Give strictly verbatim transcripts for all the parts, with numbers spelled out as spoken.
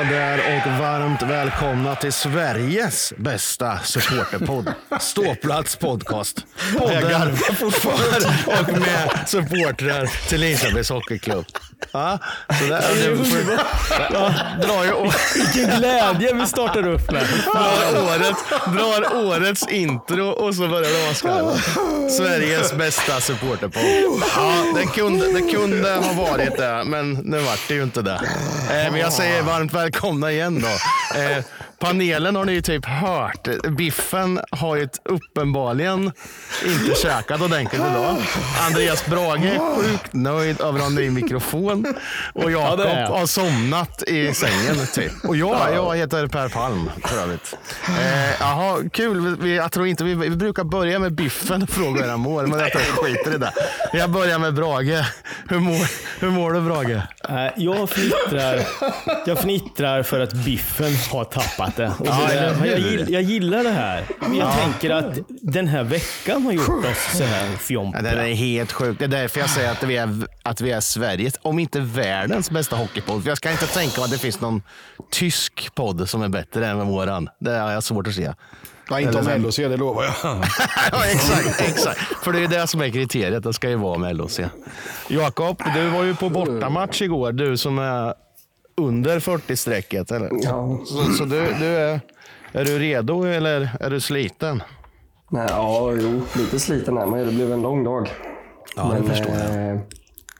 där och varmt välkomna till Sveriges bästa supporterpodd. Ståplats podcast. Podden för och med supportrar till Linköpings Hockeyklubb. Ja, så där är det för, ja, drar ju å- Vilken glädje vi startar upp med. drar, året, drar årets intro och så börjar det avskarva. Sveriges bästa supporterpodd. Ja, det kunde, det kunde ha varit det, men nu vart det ju inte det. Eh, men jag säger varmt välkomna igen då. Eh, panelen har ni ju typ hört. Biffen har ju ett uppenbarligen inte käkat ordentligt idag. Andreas Brage är sjukt nöjd över en ny mikrofon. Och Jakob ja, har somnat i sängen typ. Och jag, jag heter Per Palm för övrigt. Eh, jaha, kul. Vi, jag tror inte vi, vi brukar börja med Biffen och fråga era mål, men jag tror jag skiter i det. Jag börjar med Brage. Hur mår, hur mår du, Brage? Jag fnittrar, jag fnittrar för att Biffen har tappat det. Och Ja, det där, eller jag, hur? gillar, jag gillar det här. Men jag tänker att den här veckan har gjort oss så här Ja, fjompiga. det är helt sjukt. Det är därför jag säger att vi är, att vi är Sveriges, om inte världens bästa hockeypodd. För jag ska inte tänka att det finns någon tysk podd som är bättre än våran. Det har jag svårt att se. Nej, inte om L O C, det lovar jag. Ja, exakt, exakt. För det är det som är kriteriet. Det ska ju vara med L O C. Jakob, du var ju på bortamatch igår. Du som är under fyrtio-strecket, eller? Ja. Så, så du, du är, är du redo eller är du sliten? Nej, ja, jo, lite sliten är man. Det blev en lång dag. Ja, det Men, förstår jag. Eh,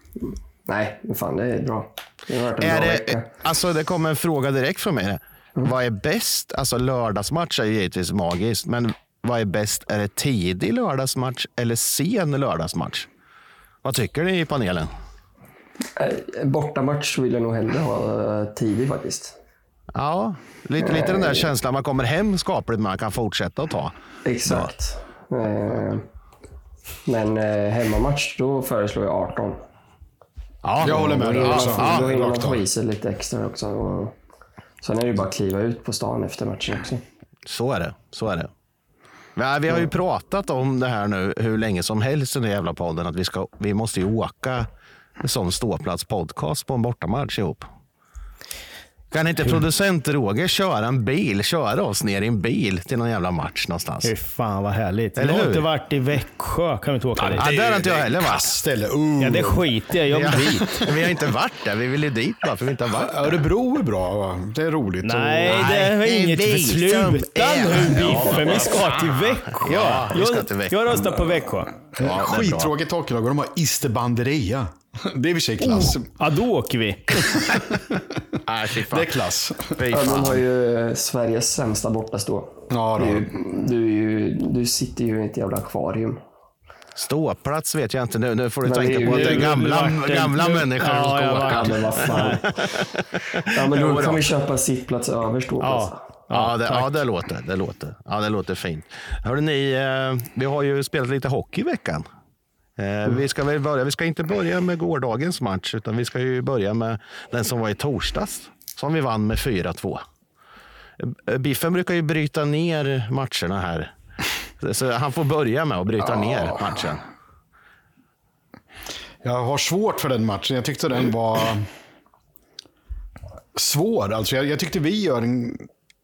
nej, men fan, det är bra. Det har varit en Är bra det, vecka. alltså det kommer en fråga direkt från mig. Mm. Vad är bäst? Alltså lördagsmatch är ju givetvis magiskt, men vad är bäst? Är det tidig lördagsmatch eller sen lördagsmatch? Vad tycker ni i panelen? Eh, bortamatch vill jag nog hellre ha eh, tidig faktiskt. Ja, lite, lite den där känslan man kommer hem skapligt man kan fortsätta att ta. Exakt. Eh, men eh, hemmamatch, då föreslår jag arton. Ja, Jag håller med Då dig. hinner Alltså, man, då hinner man rakt få av. i sig lite extra också. Och sen är det ju bara att kliva ut på stan efter matchen också. så är det. Så är det. Ja, vi har ju pratat om det här nu hur länge som helst i den jävla podden att vi, ska, vi måste ju åka som ståplats podcast på en bortamatch ihop. Kan inte producent Roger köra en bil, köra oss ner i en bil till någon jävla match någonstans? Fy fan vad härligt. Eller Jag har hur? inte varit i Växjö. Kan vi inte åka dit? Ja, där har inte jag heller varit. Kastställe. Uh. Ja, det skiter jag i. Jag vill dit. Vi har inte varit där, vi vill ju dit bara för vi inte har varit där. Örebro är bra, va? Det är roligt. Nej, Och... det är Nej, inget vi för som sluta är- nu Biffen. Ja, Vi ska till Växjö. Ja, vi ska Jag- till Växjö. Jag röstar på Växjö. Ja, det är bra. Skittråkigt hockeylag och de har Isterbanderia. Det är i och för sig klass. Ja, då åker vi. Nej, fy fan. Det är klass. Fy Ja, de har fan. ju eh, Sveriges sämsta bortastå. Ja, Du, är då. ju, du, är ju, du sitter ju i ett jävla akvarium. Ståplats vet jag inte nu. Nu får du Men tänka det är på att ju- det är nu- gamla, nu vart det- gamla nu- människor Ja, som ska jag åka. vart- Ja, men vad fan. Ja, men Jo då då. kan vi köpa sittplats över ståplats. Ja. Ja, det, ja, det låter. Det låter. Ja, det låter fint. Hörde ni, eh, vi har ju spelat lite hockey i veckan. Eh, vi, ska väl börja, vi ska inte börja med gårdagens match, utan vi ska ju börja med den som var i torsdags. Som vi vann med fyra två. Eh, Biffen brukar ju bryta ner matcherna här. Så han får börja med att bryta ner matchen. Jag har svårt för den matchen. Jag tyckte den var svår. Alltså jag, jag tyckte vi gör en...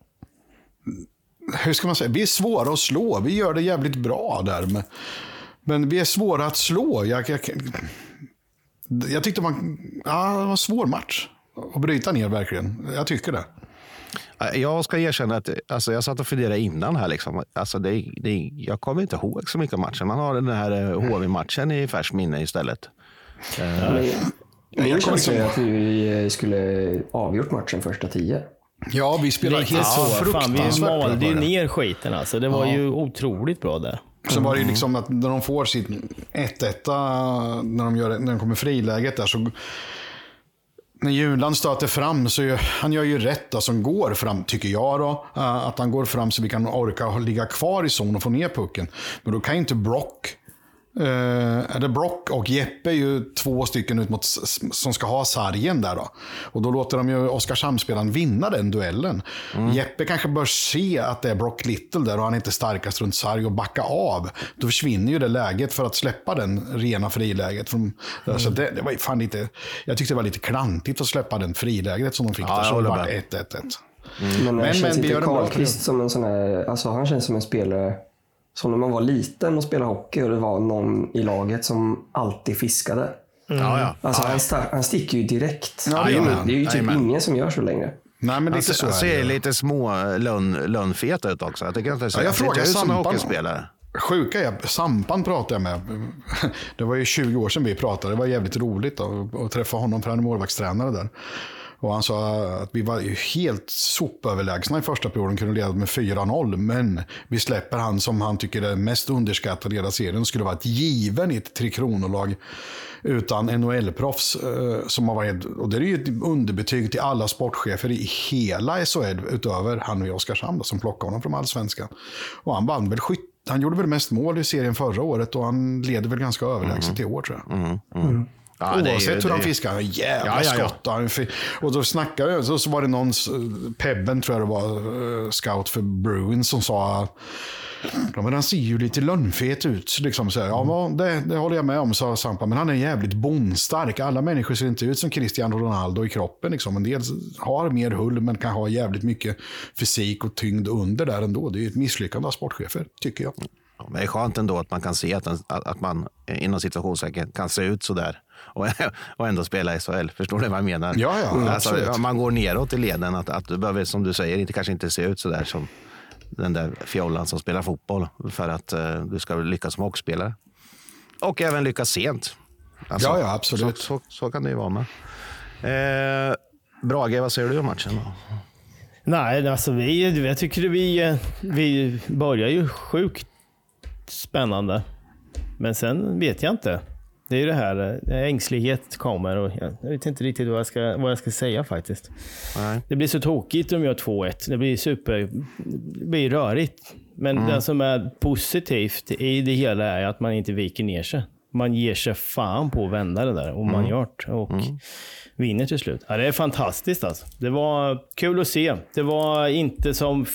Hur ska man säga? Vi är svåra att slå. Vi gör det jävligt bra där. Men, men vi är svåra att slå. Jag, jag, jag tyckte man... Ja, det var en svår match. Att bryta ner verkligen. Jag tycker det. Jag ska erkänna att alltså, jag satt och funderade innan här. Liksom. Alltså, det, det, jag kommer inte ihåg så mycket av matchen. Man har den här H V-matchen i färskt minne istället. Men, min känsla är att vi skulle avgjort matchen första tio. Ja, vi spelar Riktigt helt så. Fan, vi fruktansvärt bra malde ju på det. ner skiten alltså. Det var ju otroligt bra där. Så var det ju liksom att när de får sitt ett ett, när de, gör, när de kommer friläget där, så när Junland stöter fram så gör, han gör ju rätt då, som går fram, tycker jag då, att han går fram så vi kan orka ligga kvar i zon och få ner pucken. Men då kan ju inte Brock Uh, är det Brock och Jeppe är ju två stycken ut mot som ska ha sargen där då. Och då låter de ju Oskarshamnsspelaren vinna den duellen. Mm. Jeppe kanske bör se att det är Brock Little där och han är inte starkast runt sarg och backa av. Då försvinner ju det läget för att släppa den rena friläget. Från, mm. Så det, det var fan lite, jag tyckte det var lite klantigt att släppa den friläget som de fick. Ja, där, så det var ett ett ett ett. Mm. Men, men känns men inte Karlqvist som en sån här, alltså han känns som en spelare som när man var liten och spelade hockey och det var någon i laget som alltid fiskade. Mm. Ja, ja. Alltså ja, ja. Han, star- han sticker ju direkt. Ja, det, är ju, amen. det är ju typ Amen. ingen som gör så längre. Nej, men lite Han, så han ser är det. lite små lönn, lönnfeta ut också. Jag tycker inte så. Ja, jag frågar sådana Sampan. hockeyspelare. Sjuka är, Sampan pratade jag med. Det var ju tjugo år sedan vi pratade. Det var jävligt roligt då, att träffa honom, för han är målvaktstränare där. Och han sa att vi var ju helt sopöverlägsna i första perioden, kunde leda med fyra noll. Men vi släpper han som han tycker är mest underskattad i hela serien. Skulle vara ett given i ett Tre Kronor-lag utan N H L-proffs. Eh, som har varit, och det är ju ett underbetyg till alla sportchefer i hela S H L utöver han och Oskarshamn då, som plockade honom från Allsvenskan. Och han vann väl skytt. Han gjorde väl mest mål i serien förra året och han leder väl ganska överlägset mm. i år, tror jag. Mm. Mm. Ja, oavsett ju, hur han fiskar, en jävla ja, ja, ja. skott. Och då snackade jag, så, så var det någon, Pebben tror jag det var, scout för Bruins, som sa ja, men han ser ju lite lönnfet ut. Liksom, så här, ja, det, det håller jag med om, sa Sampa, men han är jävligt bondstark. Alla människor ser inte ut som Cristiano Ronaldo i kroppen. Liksom. En del har mer hull men kan ha jävligt mycket fysik och tyngd under där ändå. Det är ett misslyckande av sportchefer, tycker jag. Ja, men det är skönt ändå att man kan se att, att man inom situationssäkert kan se ut så där och, och ändå spela i S H L. Förstår du vad jag menar? Ja, ja, alltså, man går neråt i leden, att, att du behöver, som du säger, inte, kanske inte se ut så där som den där fjollan som spelar fotboll för att uh, du ska lyckas som hockeyspelare. Och även lyckas sent. Alltså, ja, ja, absolut. Så, så, så kan det ju vara med. Eh, Brage, vad säger du om matchen då? Nej, alltså vi, jag tycker vi, vi börjar ju sjukt spännande. Men sen vet jag inte. Det är ju det här, ängslighet kommer och jag vet inte riktigt vad jag ska, vad jag ska säga faktiskt. Nej. Det blir så tokigt om jag gör två ett. Det blir super, det blir rörigt. Men mm. det som är positivt i det hela är att man inte viker ner sig. Man ger sig fan på att vända det där och man mm. gör det och mm. vinner till slut. Ja, det är fantastiskt alltså. Det var kul att se. Det var inte som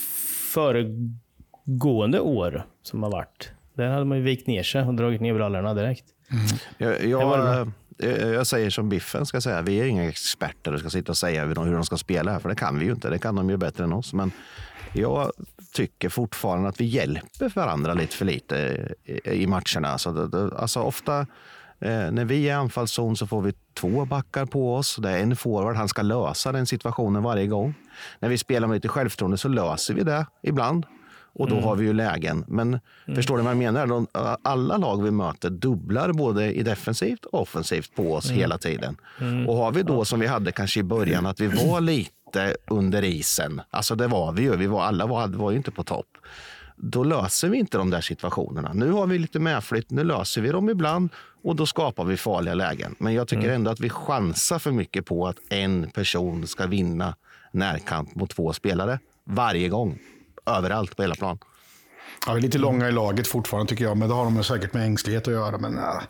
föregående år som har varit. Där hade man ju vikt ner sig och dragit ner brallorna direkt. Mm. Jag, jag, jag säger som Biffen ska säga, vi är inga experter och ska sitta och säga hur de, hur de ska spela här, för det kan vi ju inte, det kan de ju bättre än oss, men jag tycker fortfarande att vi hjälper varandra lite för lite i, i matcherna. Alltså, det, det, alltså ofta eh, när vi är i anfallszon så får vi två backar på oss, det är en forward, han ska lösa den situationen varje gång. När vi spelar med lite självförtroende så löser vi det ibland. Och då mm. har vi ju lägen. Men mm. förstår du vad jag menar? De, alla lag vi möter dubblar både i defensivt och offensivt på oss mm. hela tiden. Mm. Och har vi då, som vi hade kanske i början, att vi var lite under isen. Alltså det var vi ju. Vi var, alla var, var ju inte på topp. Då löser vi inte de där situationerna. Nu har vi lite medflytt. Nu löser vi dem ibland. Och då skapar vi farliga lägen. Men jag tycker mm. ändå att vi chansar för mycket på att en person ska vinna närkamp mot två spelare varje gång. Överallt på hela plan. Ja, vi är lite långa i laget fortfarande tycker jag, men det har de säkert med ängslighet att göra. Men äh,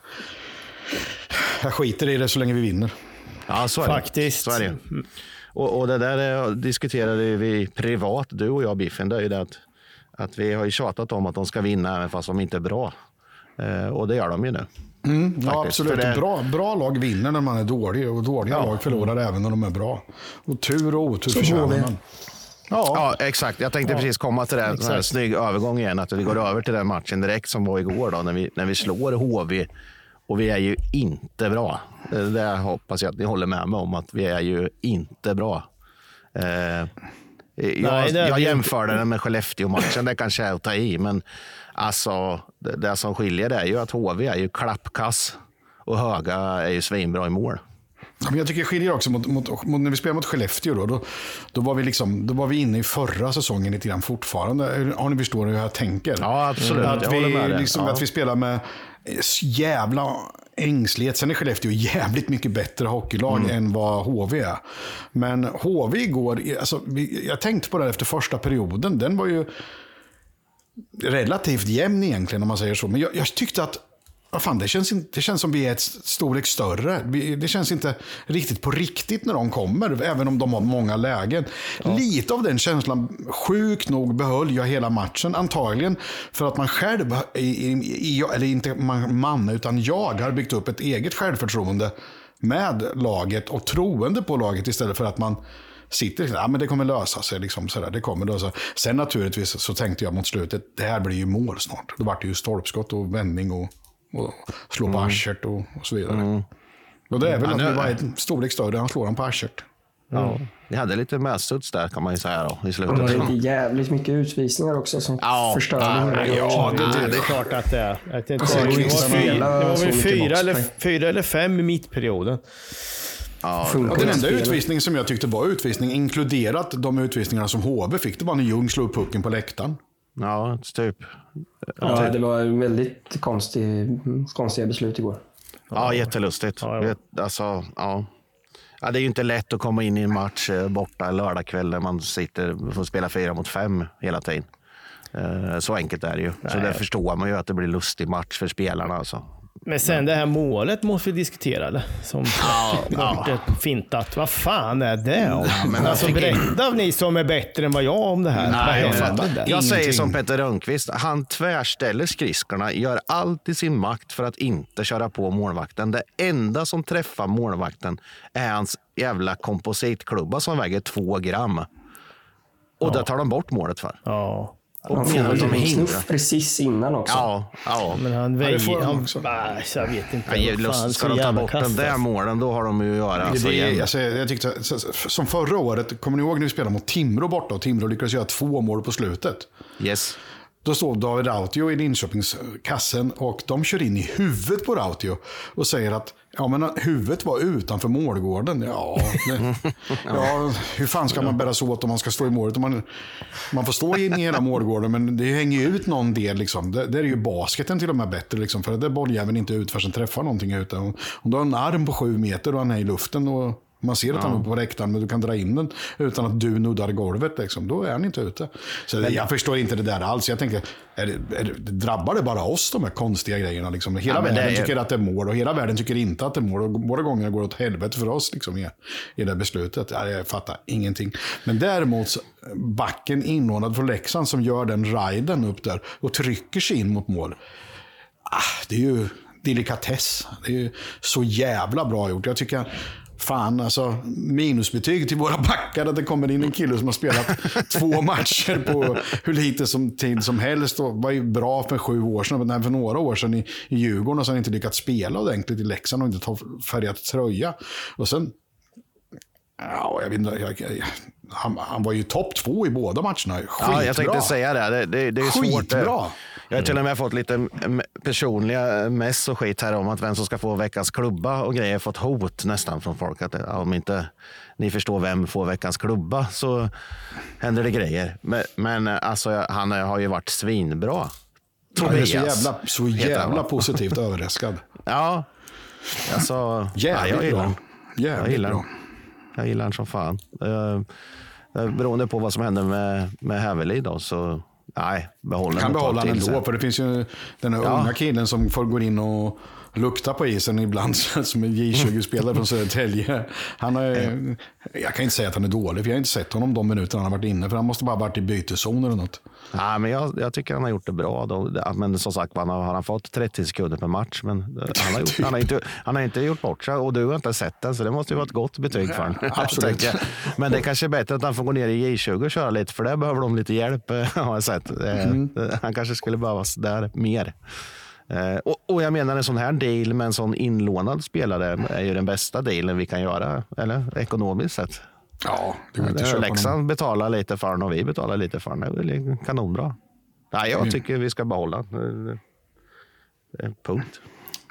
jag skiter i det så länge vi vinner. Ja, så är faktiskt. Det. Så är det. Och, och det där diskuterade vi privat, du och jag, Biffen. Det är ju det att, att vi har ju tjatat om att de ska vinna även fast de inte är bra. Eh, och det gör de ju nu. Mm, ja, absolut. Det... Bra, bra lag vinner när man är dålig och dåliga ja. lag förlorar mm. även när de är bra. Och tur och otur förtjänar man. Ja. ja, exakt. Jag tänkte ja. precis komma till det. En snygg övergång igen. Att vi går över till den matchen direkt som var igår då, när vi, när vi slår H V. Och vi är ju inte bra. Det hoppas jag att ni håller med mig om, att vi är ju inte bra. Eh, jag Nej, jag jämförde den med Skellefteå-matchen. Det kanske är att ta i, men alltså, det, det som skiljer det är ju att H V är ju klappkass och Höga är ju svinbra i mål. Ja, men jag tycker det skiljer också mot, mot, mot när vi spelade mot Skellefteå då, då, då, var vi liksom, då var vi inne i förra säsongen lite grann fortfarande. Har ni förstår hur jag tänker? Ja, absolut. Att, jag vi, med liksom, ja. att vi spelar med jävla ängslighet. Sen är Skellefteå jävligt mycket bättre hockeylag mm. än vad H V är. Men H V igår, alltså, vi, jag tänkte på det efter första perioden. Den var ju relativt jämn egentligen om man säger så. Men jag, jag tyckte att vad fan, det känns, inte, det känns som vi är ett storlek större. Vi, det känns inte riktigt på riktigt när de kommer, även om de har många lägen. Ja. Lite av den känslan, sjukt nog, behöll jag hela matchen. Antagligen för att man själv, i, i, eller inte man, man, utan jag har byggt upp ett eget självförtroende med laget och troende på laget istället för att man sitter, ja men det kommer lösa sig liksom sådär, det kommer lösa. Sen naturligtvis så tänkte jag mot slutet, det här blir ju mål snart. Det var ju stolpskott och vändning och, och slå på mm. arsert och, och så vidare. Mm. Och det är väl mm. att det var ett storlek större, han slår han på arsert. Mm. Ja, det hade lite möstuds där kan man ju säga då i slutet. Det var lite jävligt mycket utvisningar också som ja, förstörde. Ja, ja, ja det, det är klart att det är. Att det, det, det, var fyra, det var väl fyra eller, fyra eller fem i mittperioden. Ja, och den enda utvisningen som jag tyckte var utvisning, inkluderat de utvisningarna som H B fick, det var när Ljung slog pucken på läktaren. Ja, typ. Ja, typ. Det var väldigt konstig, konstiga beslut igår. Ja, jättelustigt. Ja, ja. Alltså, ja. Ja, det är ju inte lätt att komma in i en match borta lördagkväll när man sitter och får spela fyra mot fem hela tiden. Så enkelt är det ju. Nej. Så där förstår man ju att det blir lustig match för spelarna alltså. Men sen det här målet måste vi diskutera det. Som ja, ja. fintat. Vad fan är det? Ja, men alltså, berätta ni som är bättre än vad jag om det här. Nej, jag, jag, jag säger som Peter Rönnqvist. Han tvärställer skridskorna. Gör allt i sin makt för att inte köra på målvakten. Det enda som träffar målvakten är hans jävla kompositklubba som väger två gram. Och ja. där tar de bort målet för. Ja. Och han får ju en snuff precis innan också. Ja, ja. Men han väger, han, också. Bah, jag vet inte. Ja, lust, ska de ta bort den där målen, då har de ju att göra. Alltså, det, det, alltså, jag tyckte, som förra året, kommer ni ihåg när vi spelade mot Timrå borta och Timrå lyckades göra två mål på slutet? Yes. Då står David Rautio i Linköpingskassen och de kör in i huvudet på Rautio och säger att ja, men huvudet var utanför målgården. Ja, det, ja, hur fan ska man bära så åt om man ska stå i målet? Man, man får stå in i hela målgården, men det hänger ju ut någon del. Liksom. Det, det är ju basketen till och med bättre, liksom, för det bolljäveln inte ut för att träffa någonting. Utan, om du har en arm på sju meter och han är i luften och man ser att han är på räktan, men du kan dra in den utan att du nuddar golvet. Liksom. Då är han inte ute. Så det, jag förstår inte det där alls. Jag tänker, är det, är det, drabbar det bara oss de här konstiga grejerna? Liksom? Hela ja, världen är... tycker att det är mål och hela världen tycker inte att det är mål. Och båda gångerna går det åt helvete för oss liksom, i, i det beslutet. Ja, jag fattar ingenting. Men däremot backen inordnad från Leksand som gör den riden upp där och trycker sig in mot mål. Ah, det är ju delikatess. Det är ju så jävla bra gjort. Jag tycker fan, alltså minusbetyg till våra backar att det kommer in en kille som har spelat två matcher på hur lite som tid som helst och var ju bra för sju år sedan, men för några år sedan i, i Djurgården och sen inte lyckats spela ordentligt i Leksand och inte ta färgat tröja. Och sen ja, jag vet inte, jag, jag, han, han var ju topp två i båda matcherna. Skitbra. Ja, jag tänkte säga det. Det, det, det är svårt. Skitbra. Jag har till och med fått lite personliga mess och skit här om att vem som ska få veckans klubba och grejer. Fått hot nästan från folk att om inte ni förstår vem får veckans klubba så händer det grejer. Men, men alltså, han har ju varit svinbra. Tobias, ja, så jävla, så jävla positivt överraskad. Ja, alltså, jävligt ja, jag gillar bra. Jävligt jag gillar bra. Jag gillar den som fan. Uh, beroende på vad som händer med, med Hävelid då, så nej, behålla kan behålla den ändå, för det finns ju den här ja. unga killen som får gå in och lukta på isen ibland som en J tjugo-spelare från Södertälje. Han är, jag kan inte säga att han är dålig, för jag har inte sett honom de minuterna han har varit inne, för han måste bara ha varit i byteszon eller något. Ja, men jag, jag tycker han har gjort det bra då. Men som sagt, han har, han har fått trettio sekunder per match, men han har, gjort, han, har inte, han har inte gjort bort sig och du har inte sett den, så det måste ju vara ett gott betyg för honom. Absolut. Men det är kanske är bättre att han får gå ner i J tjugo och köra lite, för det behöver de lite hjälp, har jag sett. Mm. Han kanske skulle behövas där mer. Uh, och, och jag menar en sån här deal med en sån inlånad spelare är ju den bästa dealen vi kan göra, eller ekonomiskt sett. Ja, det går inte uh, Leksand betalar lite för den och vi betalar lite för den. Det är kanonbra. Nej, jag mm. tycker vi ska behålla. Uh, punkt.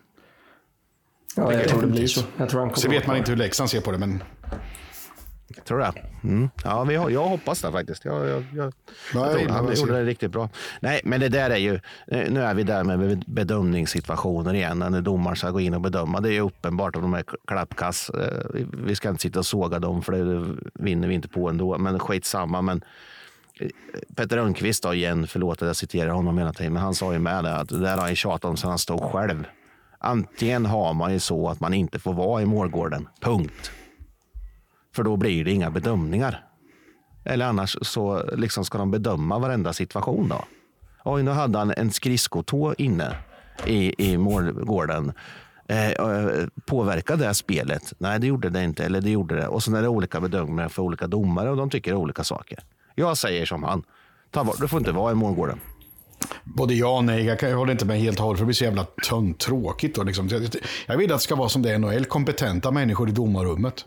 Ja, jag tror det blir så. Jag tror han så vet man inte hur Leksand ser på det, men tror jag. Mm. Ja, vi har, jag hoppas det faktiskt. Jag, jag, jag, jag tror han gjorde det riktigt bra. Nej, men det där är ju, nu är vi där med bedömningssituationer igen, när domaren ska gå in och bedöma. Det är ju uppenbart att de är klappkass. Vi ska inte sitta och såga dem, för det vinner vi inte på ändå. Men skitsamma, men Peter Rönnqvist då igen, förlåt att jag citerar honom hela tiden, men han sa ju med det att det där har han tjatat om så han stod själv. Antingen har man ju så att man inte får vara i målgården. Punkt. För då blir det inga bedömningar. Eller annars så liksom ska de bedöma varenda situation då. Oj, nu hade han en skridskotå inne i, i målgården. Eh, påverkade det spelet? Nej, det gjorde det inte. Eller det gjorde det. Och så är det olika bedömningar för olika domare och de tycker olika saker. Jag säger som han. Ta bort, du får inte vara i målgården. Både ja och nej. Jag, kan, jag håller inte med helt och hållet för det blir så jävla tönt, tråkigt. Då, liksom. jag, jag vill att det ska vara som det är N H L. Kompetenta människor i domarrummet.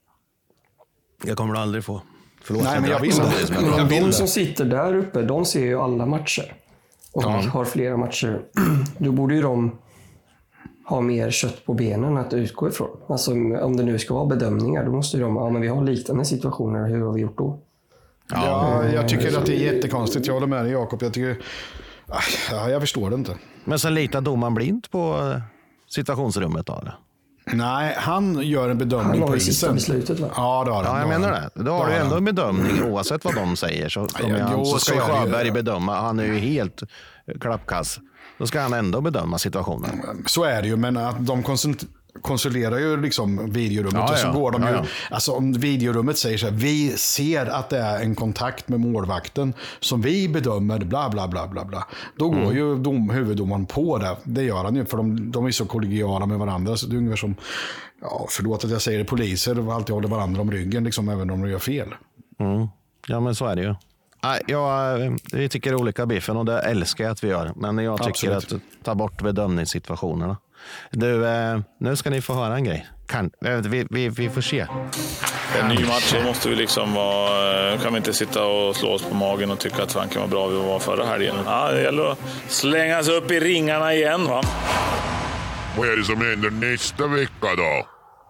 Jag kommer du aldrig få. Förlåt. Nej, men jag vill det. Men Jag vill de det. som sitter där uppe, de ser ju alla matcher. Och Ja. har flera matcher. Då borde ju de ha mer kött på benen att utgå ifrån. Alltså om det nu ska vara bedömningar, då måste ju de, ja men vi har liknande situationer, hur har vi gjort då? Ja, jag tycker att det är jättekonstigt. Jag håller med dig, Jakob. Jag tycker... Ja, jag förstår det inte. Men sen litar domaren blint på situationsrummet då? Eller? Nej, han gör en bedömning Han har på ju sista isen. beslutet, va? Ja, det har han. Ja, jag Det har menar han. det. Då har du har ändå han. en bedömning oavsett vad de säger. Så, Ja, ja, jo, så så ska är det ju. Sjöberg bedöma. Han är ju helt klappkass. Då ska han ändå bedöma situationen. Så är det ju, men att de konsult- konsulerar ju liksom videorummet Ja, och så ja. går de ju, Ja, ja. alltså om videorummet säger så här, vi ser att det är en kontakt med målvakten som vi bedömer, bla bla bla bla bla. Då går Mm. ju dom, huvuddomaren på det. Det gör han ju, för de, de är så kollegiala med varandra. Så det är ungefär som, ja, förlåt att jag säger det, poliser alltid håller varandra om ryggen, liksom, även om de gör fel. Mm. Ja, men så är det ju. Nej, jag, vi tycker olika biffen och det älskar jag att vi gör. Men jag tycker Absolut. att ta bort bedömningssituationerna. Du, eh, nu ska ni få höra en grej. Kan, vi, vi, vi får se. En ny match, så måste vi liksom vara, kan vi inte sitta och slå oss på magen och tycka att fanken var bra vi var förra helgen. Ja, det gäller att slänga sig upp i ringarna igen, va? Vad är det som händer nästa vecka då?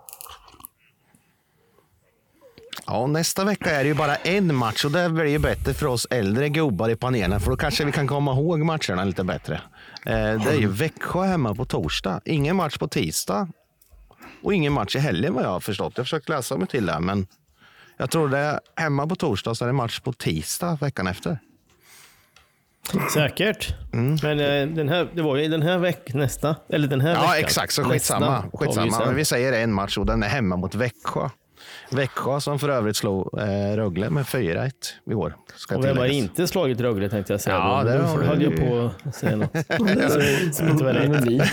Ja, nästa vecka är det ju bara en match och det blir ju bättre för oss äldre gubbar i panelen, för då kanske vi kan komma ihåg matcherna lite bättre. Eh, det är ju Växjö hemma på torsdag, ingen match på tisdag och ingen match i helgen vad jag har förstått. Jag har försökt läsa mig till det, men jag tror det är hemma på torsdag så är det match på tisdag veckan efter. Säkert. Mm. Men eh, den här, det var ju den här veckan, nästa. Eller den här Ja, veckan. exakt, så Nästa skitsamma. tar vi skitsamma. sen. Men vi säger en match och den är hemma mot Växjö. Växjö som för övrigt slog eh, Rögle med fyra ett i år. Ska Och vem har tilläggas. inte slagit Rögle tänkte jag säga. Ja, Då det har höll du jag ju. på att säga något. Så- som inte var rätt.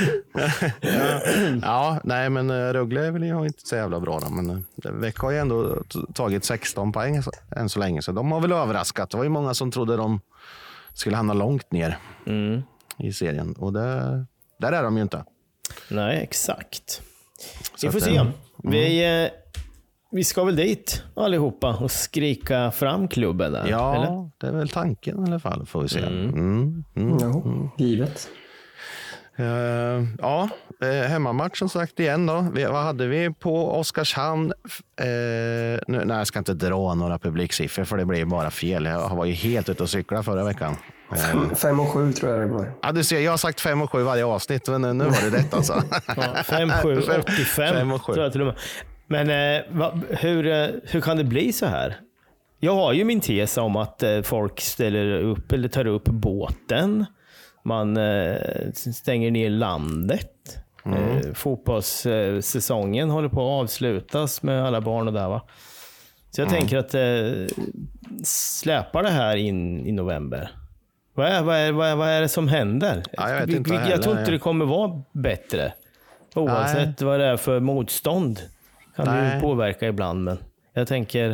Ja, nej men eh, Rögle vill jag inte så jävla bra då, men eh, Växjö har ju ändå t- tagit sexton poäng så- än så länge, så de har väl överraskat. Det var ju många som trodde de skulle hamna långt ner Mm. i serien och det, där är de ju inte. Nej, exakt. Så Vi får att, se. eh, Vi, eh, vi ska väl dit allihopa och skrika fram klubben där? Ja, Eller? det är väl tanken i alla fall, får vi se. Mm. Mm. Ja, givet. Eh, ja, uh, hemmamatch som sagt igen då. Vi, vad hade vi på Oskarshamn? Uh, nu, nej, jag ska inte dra några publiksiffror för det blir bara fel. Jag var ju helt ute och cykla förra veckan. Uh, Fem och sju tror jag det var. ja, du ser, jag har sagt fem och sju varje avsnitt, men nu var det rätt alltså. Ja, fem, sju, Fem- åttiofem fem och sju. tror jag till och med. Men eh, va, hur, eh, hur kan det bli så här? Jag har ju min tes om att eh, folk ställer upp eller tar upp båten. Man eh, stänger ner landet. Eh, fotbollssäsongen håller på att avslutas med alla barn och där va. Så jag tänker att eh, släpar det här in i november. Vad är, vad, är, vad, är, vad är det som händer? Ja, jag vet Vi- inte vi- heller, jag tror inte ja. det kommer vara bättre. Oavsett vad det är för motstånd kan det ju Nej. påverka ibland. Men jag tänker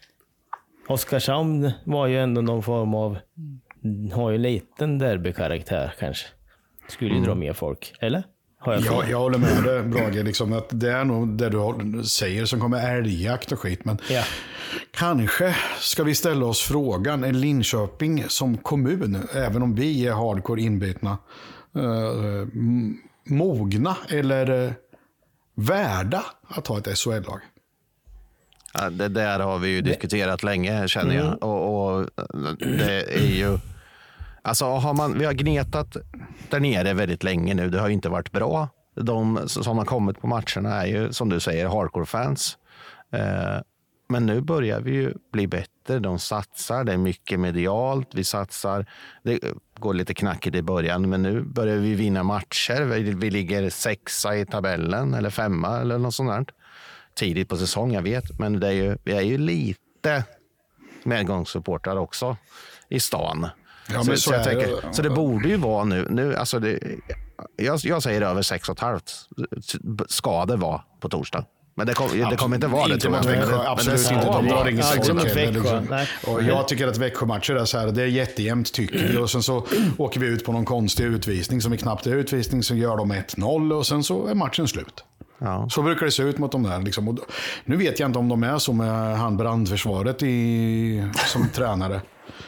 Oskarshamn var ju ändå någon form av, har ju en liten derbykaraktär kanske. Skulle ju dra mer folk, eller? Har jag fel? Jag, jag håller med dig, Brage, liksom, att det är nog det du håll- säger som kommer älgjakt och skit. Men Ja. kanske ska vi ställa oss frågan, är Linköping som kommun, även om vi är hardcore inbitna, eh, m- mogna eller eh, värda att ha ett S H L-lag? Ja, det där har vi ju diskuterat länge känner jag. Och, och det är ju... Alltså har man, vi har gnetat där nere väldigt länge nu. Det har ju inte varit bra. De som har kommit på matcherna är ju, som du säger, hardcore-fans. Eh, Men nu börjar vi ju bli bättre. De satsar, det är mycket medialt. Vi satsar, det går lite knackigt i början, men nu börjar vi vinna matcher. Vi, vi ligger sexa i tabellen eller femma eller något sånt där. Tidigt på säsong, jag vet. Men det är ju, vi är ju lite medgångssupportrar också i stan. Ja, så, men så, så, jag är, tänker, så det borde ju vara nu. nu alltså det, jag, jag säger över sex och ett halvt ska det vara på torsdag. Men det, kom, det kommer inte vara det. Inte mot Växjö, absolut inte. De drar ingen sex och ett halvt. Och jag tycker att Växjö-matcher är så här, det är jättejämnt tycker vi. Och sen så åker vi ut på någon konstig utvisning som är knappt är utvisning, så gör de ett noll och sen så är matchen slut. Ja. Så brukar det se ut mot de där. Liksom. Och nu vet jag inte om de är så med han brandförsvaret i, som tränare.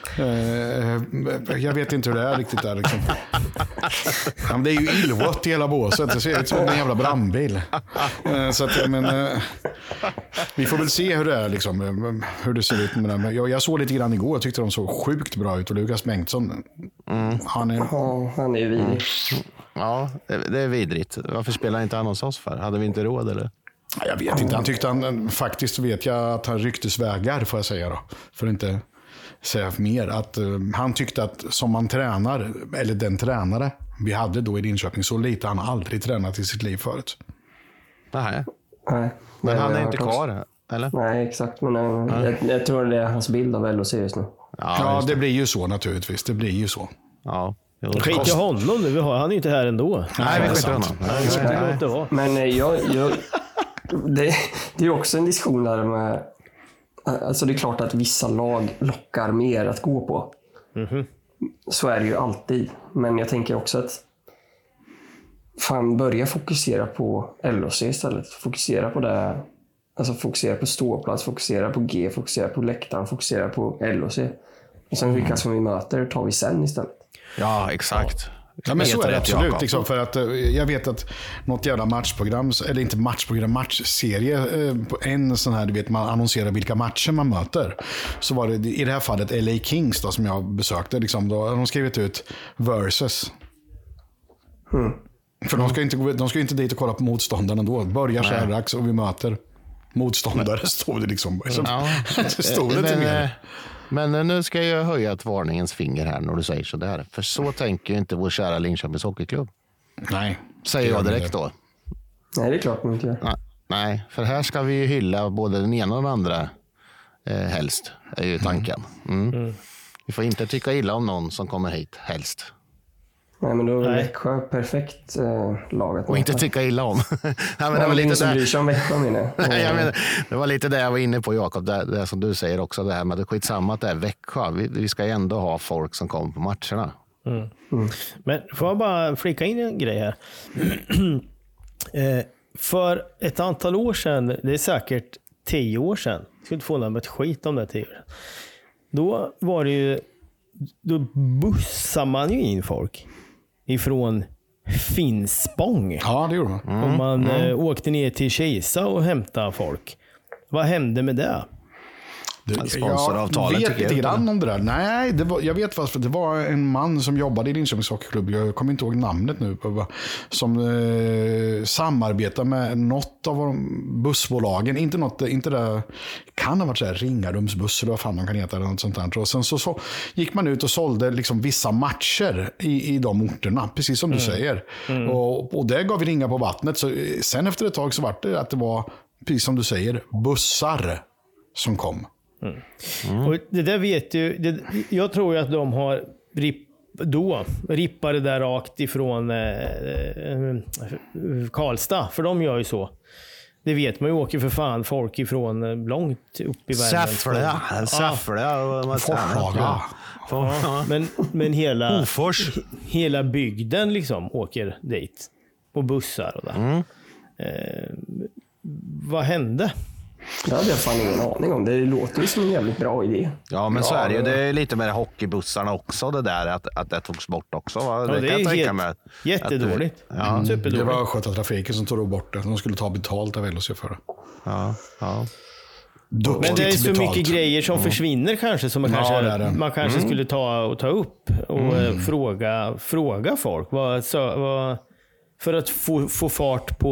Jag vet inte hur det är riktigt där. Liksom. Ja, det är ju illvått i hela båset. Det ser ut som en jävla brandbil. Så att, men, vi får väl se hur det är. Liksom, hur det ser ut med det. Jag, jag såg lite grann igår. Jag tyckte de såg sjukt bra ut. Och Lukas Bengtsson, mm. han är... Ja, han är ju vidrig. Mm. Ja, det, det är vidrigt. Varför spelar inte han hos oss för? Hade vi inte råd eller? Jag vet inte. Han tyckte han, faktiskt vet jag att han ryktesvägar, får jag säga då. För att inte säga mer. Att uh, han tyckte att som man tränar, eller den tränare vi hade då i Linköping, så lite han aldrig tränat i sitt liv förut. Nej. Nej. Men han är inte kvar, eller? Nej, exakt. Men uh, Nej. Jag, jag tror det är hans bild av L O C just nu. Ja, ja det. det blir ju så naturligtvis. Det blir ju så. Ja. Skit i honom nu, han är ju inte här ändå. Nej, vi skiter i honom. Nej, nej, nej. Men jag, jag, det, det är också en diskussion där med, alltså det är klart att vissa lag lockar mer att gå på. Mm-hmm. Så är det ju alltid. Men jag tänker också att fan börja fokusera på L O C istället. Fokusera på det. Alltså fokusera på ståplats, fokusera på G, fokusera på läktaren, fokusera på L O C. Och sen vilka som vi möter tar vi sen istället. Ja, exakt. Ja, men så är det absolut. Liksom, för att, jag vet att något jävla matchprogram, eller inte matchprogram, matchserie, en sån här, du vet, man annonserar vilka matcher man möter. Så var det i det här fallet L A Kings då, som jag besökte. Liksom, då har de skrivit ut versus. Mm. För de ska, inte, de ska inte dit och kolla på motståndarna då. Börjar så här dags och vi möter motståndare, stod det liksom. Ja. Det stod det inte mer. Men nu ska jag höja ett varningens finger här när du säger så där. För så tänker ju inte vår kära Linköpings hockeyklubb. Nej. Säger jag direkt då. Nej, det är klart man inte gör. Nej, nej, för här ska vi ju hylla både den ena och den andra eh, helst, är ju tanken. Mm. Mm. Vi får inte tycka illa om någon som kommer hit, helst. Nej, men då är Växjö perfekt eh, laget. Och inte tycka illa om. Nej, men det var lite som bryr sig om Växjö, menar Nej, jag menar, det var lite det jag var inne på, Jakob. Det, det som du säger också, det här med att det är skitsamma att det är Växjö. Vi, vi ska ju ändå ha folk som kommer på matcherna. Mm. Mm. Men får jag bara flika in en grej här. eh, för ett antal år sedan, det är säkert tio år sedan, jag skulle inte få något skit om det tio år sedan. Då var det ju, då bussar man ju in folk ifrån Finspång. Ja, det gjorde man. Mm. Och man mm. eh, åkte ner till Kisa och hämtade folk. Vad hände med det? Jag vet lite grann om det där. Nej, det var, jag vet varför. Det var en man som jobbade i Linköpings hockeyklubb. Jag kommer inte ihåg namnet nu. Som eh, samarbetar med något av de bussbolagen. Inte något, inte det kan ha varit så här Ringarumsbuss eller vad fan de kan heta. Eller något sånt där. Och sen så, så gick man ut och sålde liksom vissa matcher i, i de orterna. Precis som du mm. säger. Mm. Och, och det gav vi ringa på vattnet. Så sen efter ett tag så var det att det var, precis som du säger, bussar som kom. Mm. Mm. Och det där vet du, det, jag tror ju att de har rip, då rippat det där rakt ifrån eh, eh, Karlstad, för de gör ju så. Det vet man ju, åker för fan folk ifrån långt upp i världen. Säffle, Säffle och Forshaga. Ja, men, men hela, hela bygden liksom åker dit på bussar och där. Mm. Eh, vad hände? Det hade jag fan ingen aning om. Det låter ju som en jävligt bra idé. Ja, men ja, så är det ju. Det är lite med hockeybussarna också, det där att, att det togs bort också. Va? Ja, det, det är jag helt, med. Jättedåligt. Att, ja. mm, det var Sköta Trafiken som tog bort det. De skulle ta betalt av L O C för det. Ja, ja. Duktigt men det är så betalt. Mycket grejer som mm. försvinner kanske som man kanske, ja, det det. Man kanske mm. skulle ta, och ta upp och mm. fråga, fråga folk. Vad, så, vad, för att få, få fart på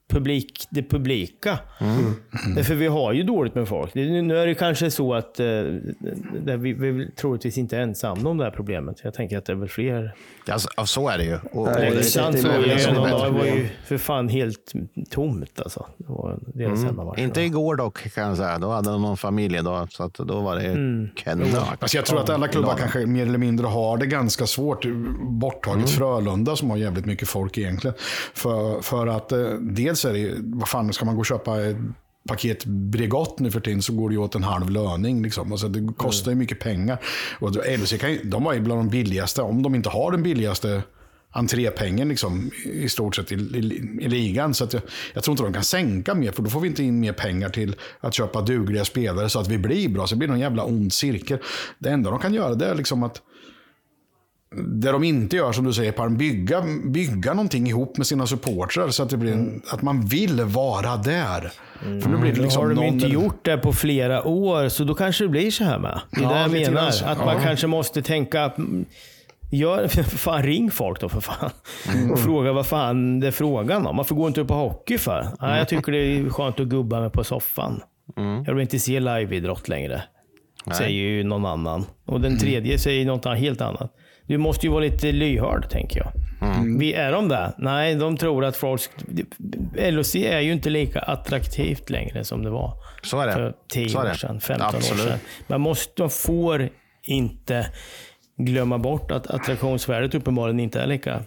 publik, det publika. Mm. Därför vi har ju dåligt med folk. Nu är det kanske så att eh, det, vi, vi troligtvis inte är ensamma om det här problemet. Jag tänker att det är väl fler. Alltså, så är det ju. Och, Nej, och det, sant, det, det, det, det, det, det var ju för fan helt tomt alltså. Det var deras mm. hemmamatch. Inte igår dock kan jag säga. Då hade de någon familj då, så att då var det mm. knört. Alltså jag tror att alla klubbar kanske mer eller mindre har det ganska svårt. Borttaget mm. Frölunda som har jävligt mycket folk egentligen. För, för att eh, dels är det ju, vad fan ska man gå och köpa ett paket Bregott nu för tiden så går det ju åt en halv löning liksom. Alltså det kostar ju mycket pengar. Och L C kan ju, de var ju bland de billigaste, om de inte har den billigaste entrépengen liksom, i stort sett i, i, i ligan. Så att jag, jag tror inte de kan sänka mer, för då får vi inte in mer pengar till att köpa dugliga spelare så att vi blir bra. Så det blir någon jävla ond cirkel. Det enda de kan göra det är liksom att det de inte gör, som du säger, Parm, bygga, bygga någonting ihop med sina supportrar så att det blir en, mm. att man vill vara där. Mm. För nu blir det liksom har de någon... inte gjort det på flera år, så då kanske det blir så här med. Det är ja, det jag menar. Grann. Att man ja. kanske måste tänka, gör, för fan, ring folk då för fan. Mm. Och fråga vad fan det är frågan om. Man får gå inte upp på hockey för. Mm. Ja, jag tycker det är skönt att gubba med på soffan. Mm. Jag vill inte se live-idrott längre. Nej. Säger ju någon annan. Och den tredje mm. säger något helt annat. Du måste ju vara lite lyhörd, tänker jag. Mm. Vi är de där? Nej, de tror att folk... L O C är ju inte lika attraktivt längre som det var. Så är det. För tio år sedan, femton Absolut. år sedan. Man, måste, man får inte glömma bort att attraktionsvärdet uppenbarligen inte är lika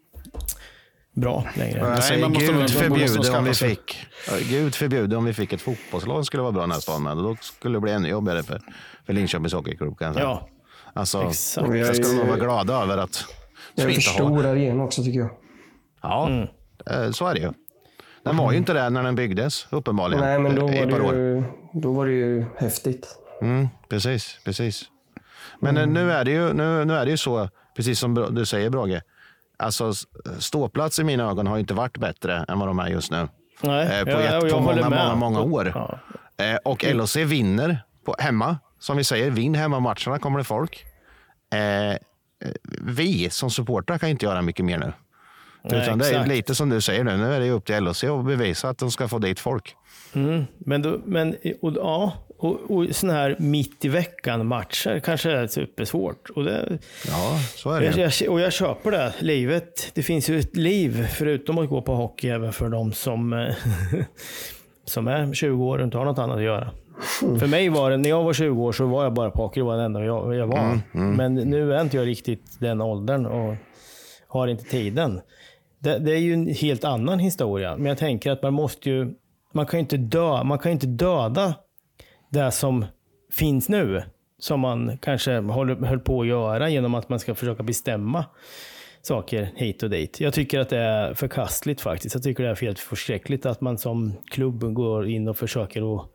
bra längre. Nej, säger, man måste, Gud förbjuder om vi fick Gud förbjuder om vi fick ett fotbollslag skulle vara bra nästa år, men då skulle det bli ännu jobbigare för, för Linköpings Hockeyklubb, kan jag säga. Ja. Alltså, exakt. Jag ska nog vara glada över att det är en för stor arena också, tycker jag. Ja, mm. så är det ju. Den var ju inte där när den byggdes, uppenbarligen. Nej, men då var, det ju, då var det ju häftigt. Mm, precis, precis. Men mm. nu, är det ju, nu, nu är det ju så, precis som du säger, Brage. Alltså, ståplats i mina ögon har ju inte varit bättre än vad de är just nu. Nej, på jag, ett, jag på många, med. många, många år. Ja. Och L O C vinner på, hemma. Som vi säger, vinn hemmamatcherna, kommer det folk. Eh, vi som supportrar kan inte göra mycket mer nu. Nej, utan det är lite som du säger nu. Nu är det upp till L O C att bevisa att de ska få dit folk. Mm, men då, men och, ja, och, och såna här mitt i veckan matcher kanske är supersvårt. Och det, ja, så är det. Jag, jag, och jag köper det. Livet, det finns ju ett liv förutom att gå på hockey även för de som, som är tjugo år och inte har något annat att göra. Mm. För mig var det, när jag var tjugo år så var jag bara på hockey, det var det enda jag, jag var. Mm, mm. Men nu är inte jag riktigt den åldern och har inte tiden. Det, det är ju en helt annan historia. Men jag tänker att man måste ju, man kan ju inte dö, man kan inte döda det som finns nu. Som man kanske håller, höll på att göra genom att man ska försöka bestämma saker hit och dit. Jag tycker att det är förkastligt faktiskt. Jag tycker det är helt förskräckligt att man som klubb går in och försöker att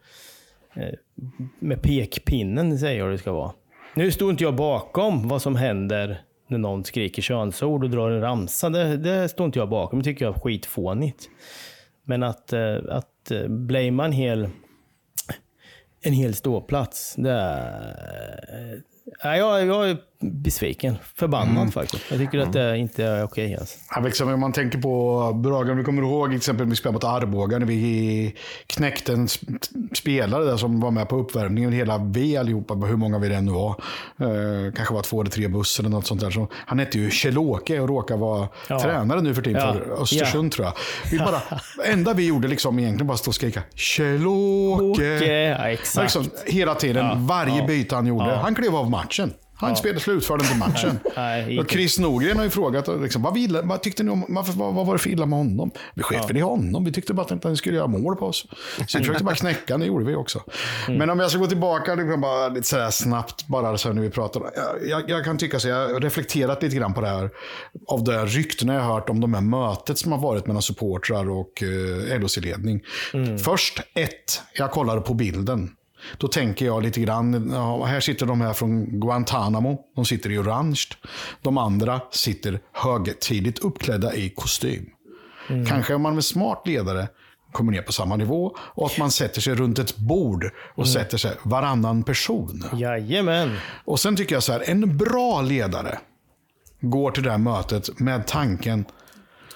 med pekpinnen säger jag det ska vara. Nu står inte jag bakom vad som händer när någon skriker könsord och drar en ramsa. Det, det står inte jag bakom. Det tycker jag är skitfånigt. Men att, att blamea en hel en hel ståplats, det är... Ja, jag, jag är besviken. Förbannad mm. faktiskt. Jag tycker mm. att det inte är okej. Okay, alltså. Ja, liksom, om man tänker på Bragan, vi kommer ihåg exempel vi spelade mot Arboga när vi knäckte en spelare där som var med på uppvärmningen. Hela vi allihopa, hur många vi det ännu var. Eh, kanske var två eller tre bussar eller något sånt där. Så han hette ju Kjell-Åke och råkar vara ja. tränare nu för tiden ja. för Östersund ja. tror jag. Vi bara, enda vi gjorde liksom egentligen bara stå och skrika Kjell-Åke. Ja, exakt. Liksom, hela tiden, ja. varje ja. byte han gjorde. Ja. Han klev av matchen. Han ja. spelade slutförden på matchen. Nej, och Chris Norgren har ju frågat liksom, vad, ville, vad tyckte ni om, vad, vad var det för illa med honom? Vi sket ja. väl i honom. Vi tyckte bara att han skulle göra mål på oss. Så vi försökte bara knäcka, det gjorde vi också. Mm. Men om jag ska gå tillbaka liksom bara lite sådär snabbt bara så när vi pratar. Jag, jag, jag kan tycka så jag har reflekterat lite grann på det här av det här ryktena jag har hört om de här mötet som har varit mellan supportrar och uh, L O C-ledning. Mm. Först ett, jag kollade på bilden. Då tänker jag lite grann, ja, här sitter de här från Guantanamo, de sitter i orange. De andra sitter högtidligt uppklädda i kostym. Mm. Kanske om man är smart ledare kommer ner på samma nivå och att man sätter sig runt ett bord och mm. sätter sig varannan person. Jajamän. Och sen tycker jag så här, en bra ledare går till det här mötet med tanken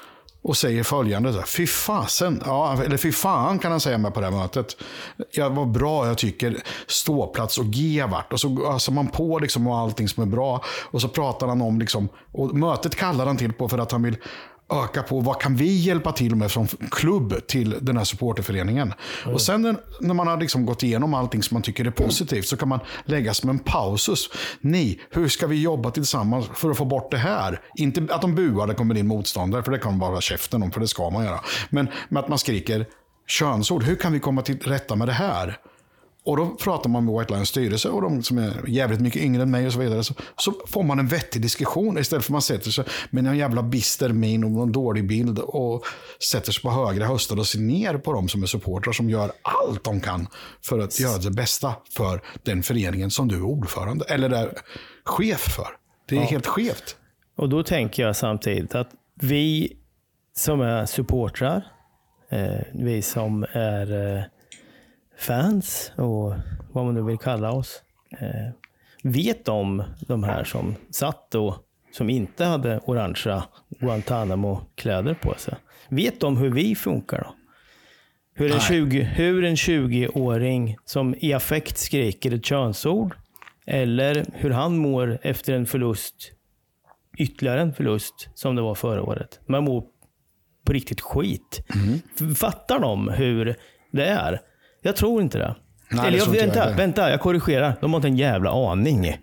och säger följande. Så här, fy fasen, ja, eller fy fan kan han säga med på det här mötet. Ja, vad bra jag tycker ståplats och G vart. Och så alltså man på liksom och allting som är bra. Och så pratar han om liksom, och mötet kallar han till på för att han vill öka på vad kan vi hjälpa till med från klubb till den här supporterföreningen. Mm. Och sen när man har liksom gått igenom allting som man tycker är positivt så kan man lägga som en pausus. Nej, hur ska vi jobba tillsammans för att få bort det här? Inte att de buar, det kommer in motståndare, för det kan bara vara käften om, för det ska man göra. Men med att man skriker könsord, hur kan vi komma till rätta med det här? Och då pratar man med White Lions styrelse och de som är jävligt mycket yngre än mig och så vidare. Så, så får man en vettig diskussion istället för att man sätter sig med en jävla bister min och en dålig bild och sätter sig på högra höstar och ser ner på dem som är supportrar som gör allt de kan för att göra det bästa för den föreningen som du är ordförande eller är chef för. Det är ja. helt skevt. Och då tänker jag samtidigt att vi som är supportrar, eh, vi som är eh, fans och vad man nu vill kalla oss, eh, vet om de här som satt och som inte hade orangea Guantanamo-kläder på sig. Vet de hur vi funkar då? Hur en, tjugo, hur en tjugo-åring som i affekt skriker ett könsord eller hur han mår efter en förlust, ytterligare en förlust som det var förra året. Man mår på riktigt skit. Mm. Fattar de hur det är? Jag tror inte det. Nej, Eller jag, det vänta, jag vänta, jag korrigerar. De har inte en jävla aning. Nej.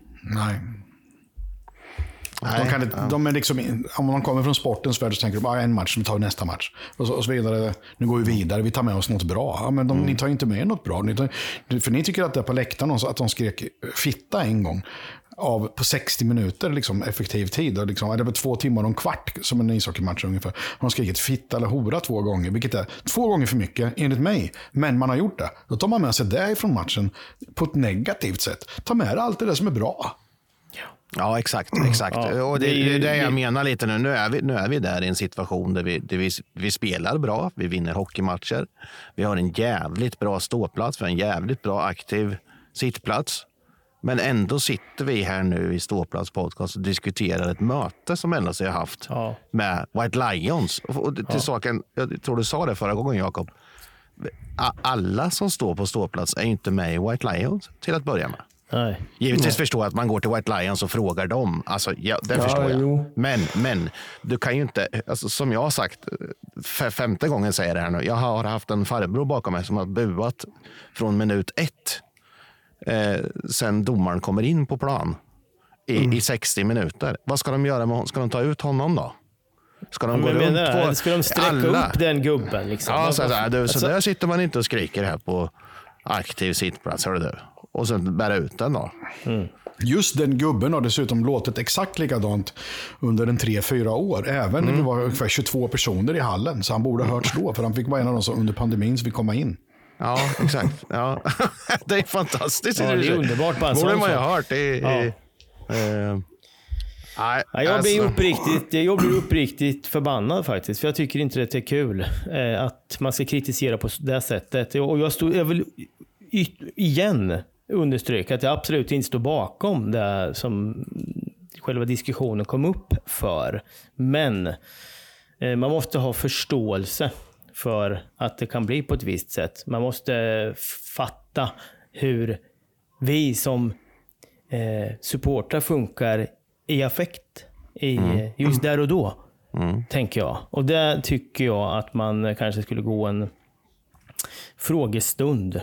De, kan, ja. de är liksom, om man kommer från sportens värld så tänker de bara en match, vi tar nästa match. Och så, och så vidare. Nu går vi vidare, vi tar med oss något bra. Ja, men de, mm. ni tar inte med något bra. Ni tar, för ni tycker att det är på läktaren att de skrek fitta en gång. Av på sextio minuter liksom, effektiv tid. Och liksom, eller på två timmar och en kvart som en ishockeymatch ungefär. De har skrikit fitta eller hora två gånger. Vilket är två gånger för mycket enligt mig. Men man har gjort det. Då tar man med sig det ifrån matchen på ett negativt sätt. Ta med allt det där som är bra. Ja, exakt. exakt. Ja, och det, det är det jag menar lite nu. Nu är vi, nu är vi där i en situation där, vi, där vi, vi spelar bra. Vi vinner hockeymatcher. Vi har en jävligt bra ståplats. Vi har en jävligt bra aktiv sittplats. Men ändå sitter vi här nu i Ståplats podcast och diskuterar ett möte som ändå har haft ja. med White Lions. Och till ja. saken, jag tror du sa det förra gången, Jakob. Alla som står på Ståplats är inte med i White Lions till att börja med. Nej. Givetvis Nej. förstår jag att man går till White Lions och frågar dem. Alltså, ja, det ja, förstår jag. Jo. Men, men du kan ju inte, alltså, som jag har sagt, för femte gången säger det här nu. Jag har haft en farbror bakom mig som har buat från minut ett. Eh, sen domaren kommer in på plan i, mm. i sextio minuter. Vad ska de göra med honom? Ska de ta ut honom då? Ska de gå runt menar, på ska de sträcka alla? upp den gubben? Liksom? Ja, så, där, du, så där sitter man inte och skriker här på aktiv sittplats. Hör du? Och sen bära ut den då. Mm. Just den gubben har dessutom låtit exakt likadant under en tre, fyra år. Även mm. när vi var ungefär tjugotvå personer i hallen. Så han borde ha hört då. För han fick vara en av de som under pandemin fick komma in. Ja, exakt. Ja. Det är fantastiskt. Ja, det är underbart. Bara borde man ju ha hört. Det är, ja. eh, nej, ja, jag, blir alltså. uppriktigt, jag blir uppriktigt förbannad faktiskt. För jag tycker inte det är kul eh, att man ska kritisera på det sättet. Och jag, stod, jag vill igen understryka att jag absolut inte står bakom det som själva diskussionen kom upp för. Men eh, man måste ha förståelse för att det kan bli på ett visst sätt. Man måste fatta hur vi som eh, supportrar funkar i affekt i, mm. just där och då, mm. tänker jag. Och där tycker jag att man kanske skulle gå en frågestund.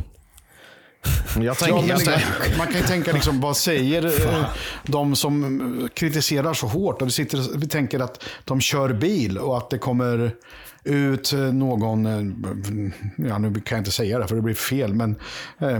Jag tänker, ja, jag man kan ju tänka liksom, vad säger eh, de som kritiserar så hårt? Och vi, sitter, vi tänker att de kör bil och att det kommer ut någon, ja, nu kan jag inte säga det för det blir fel, men eh,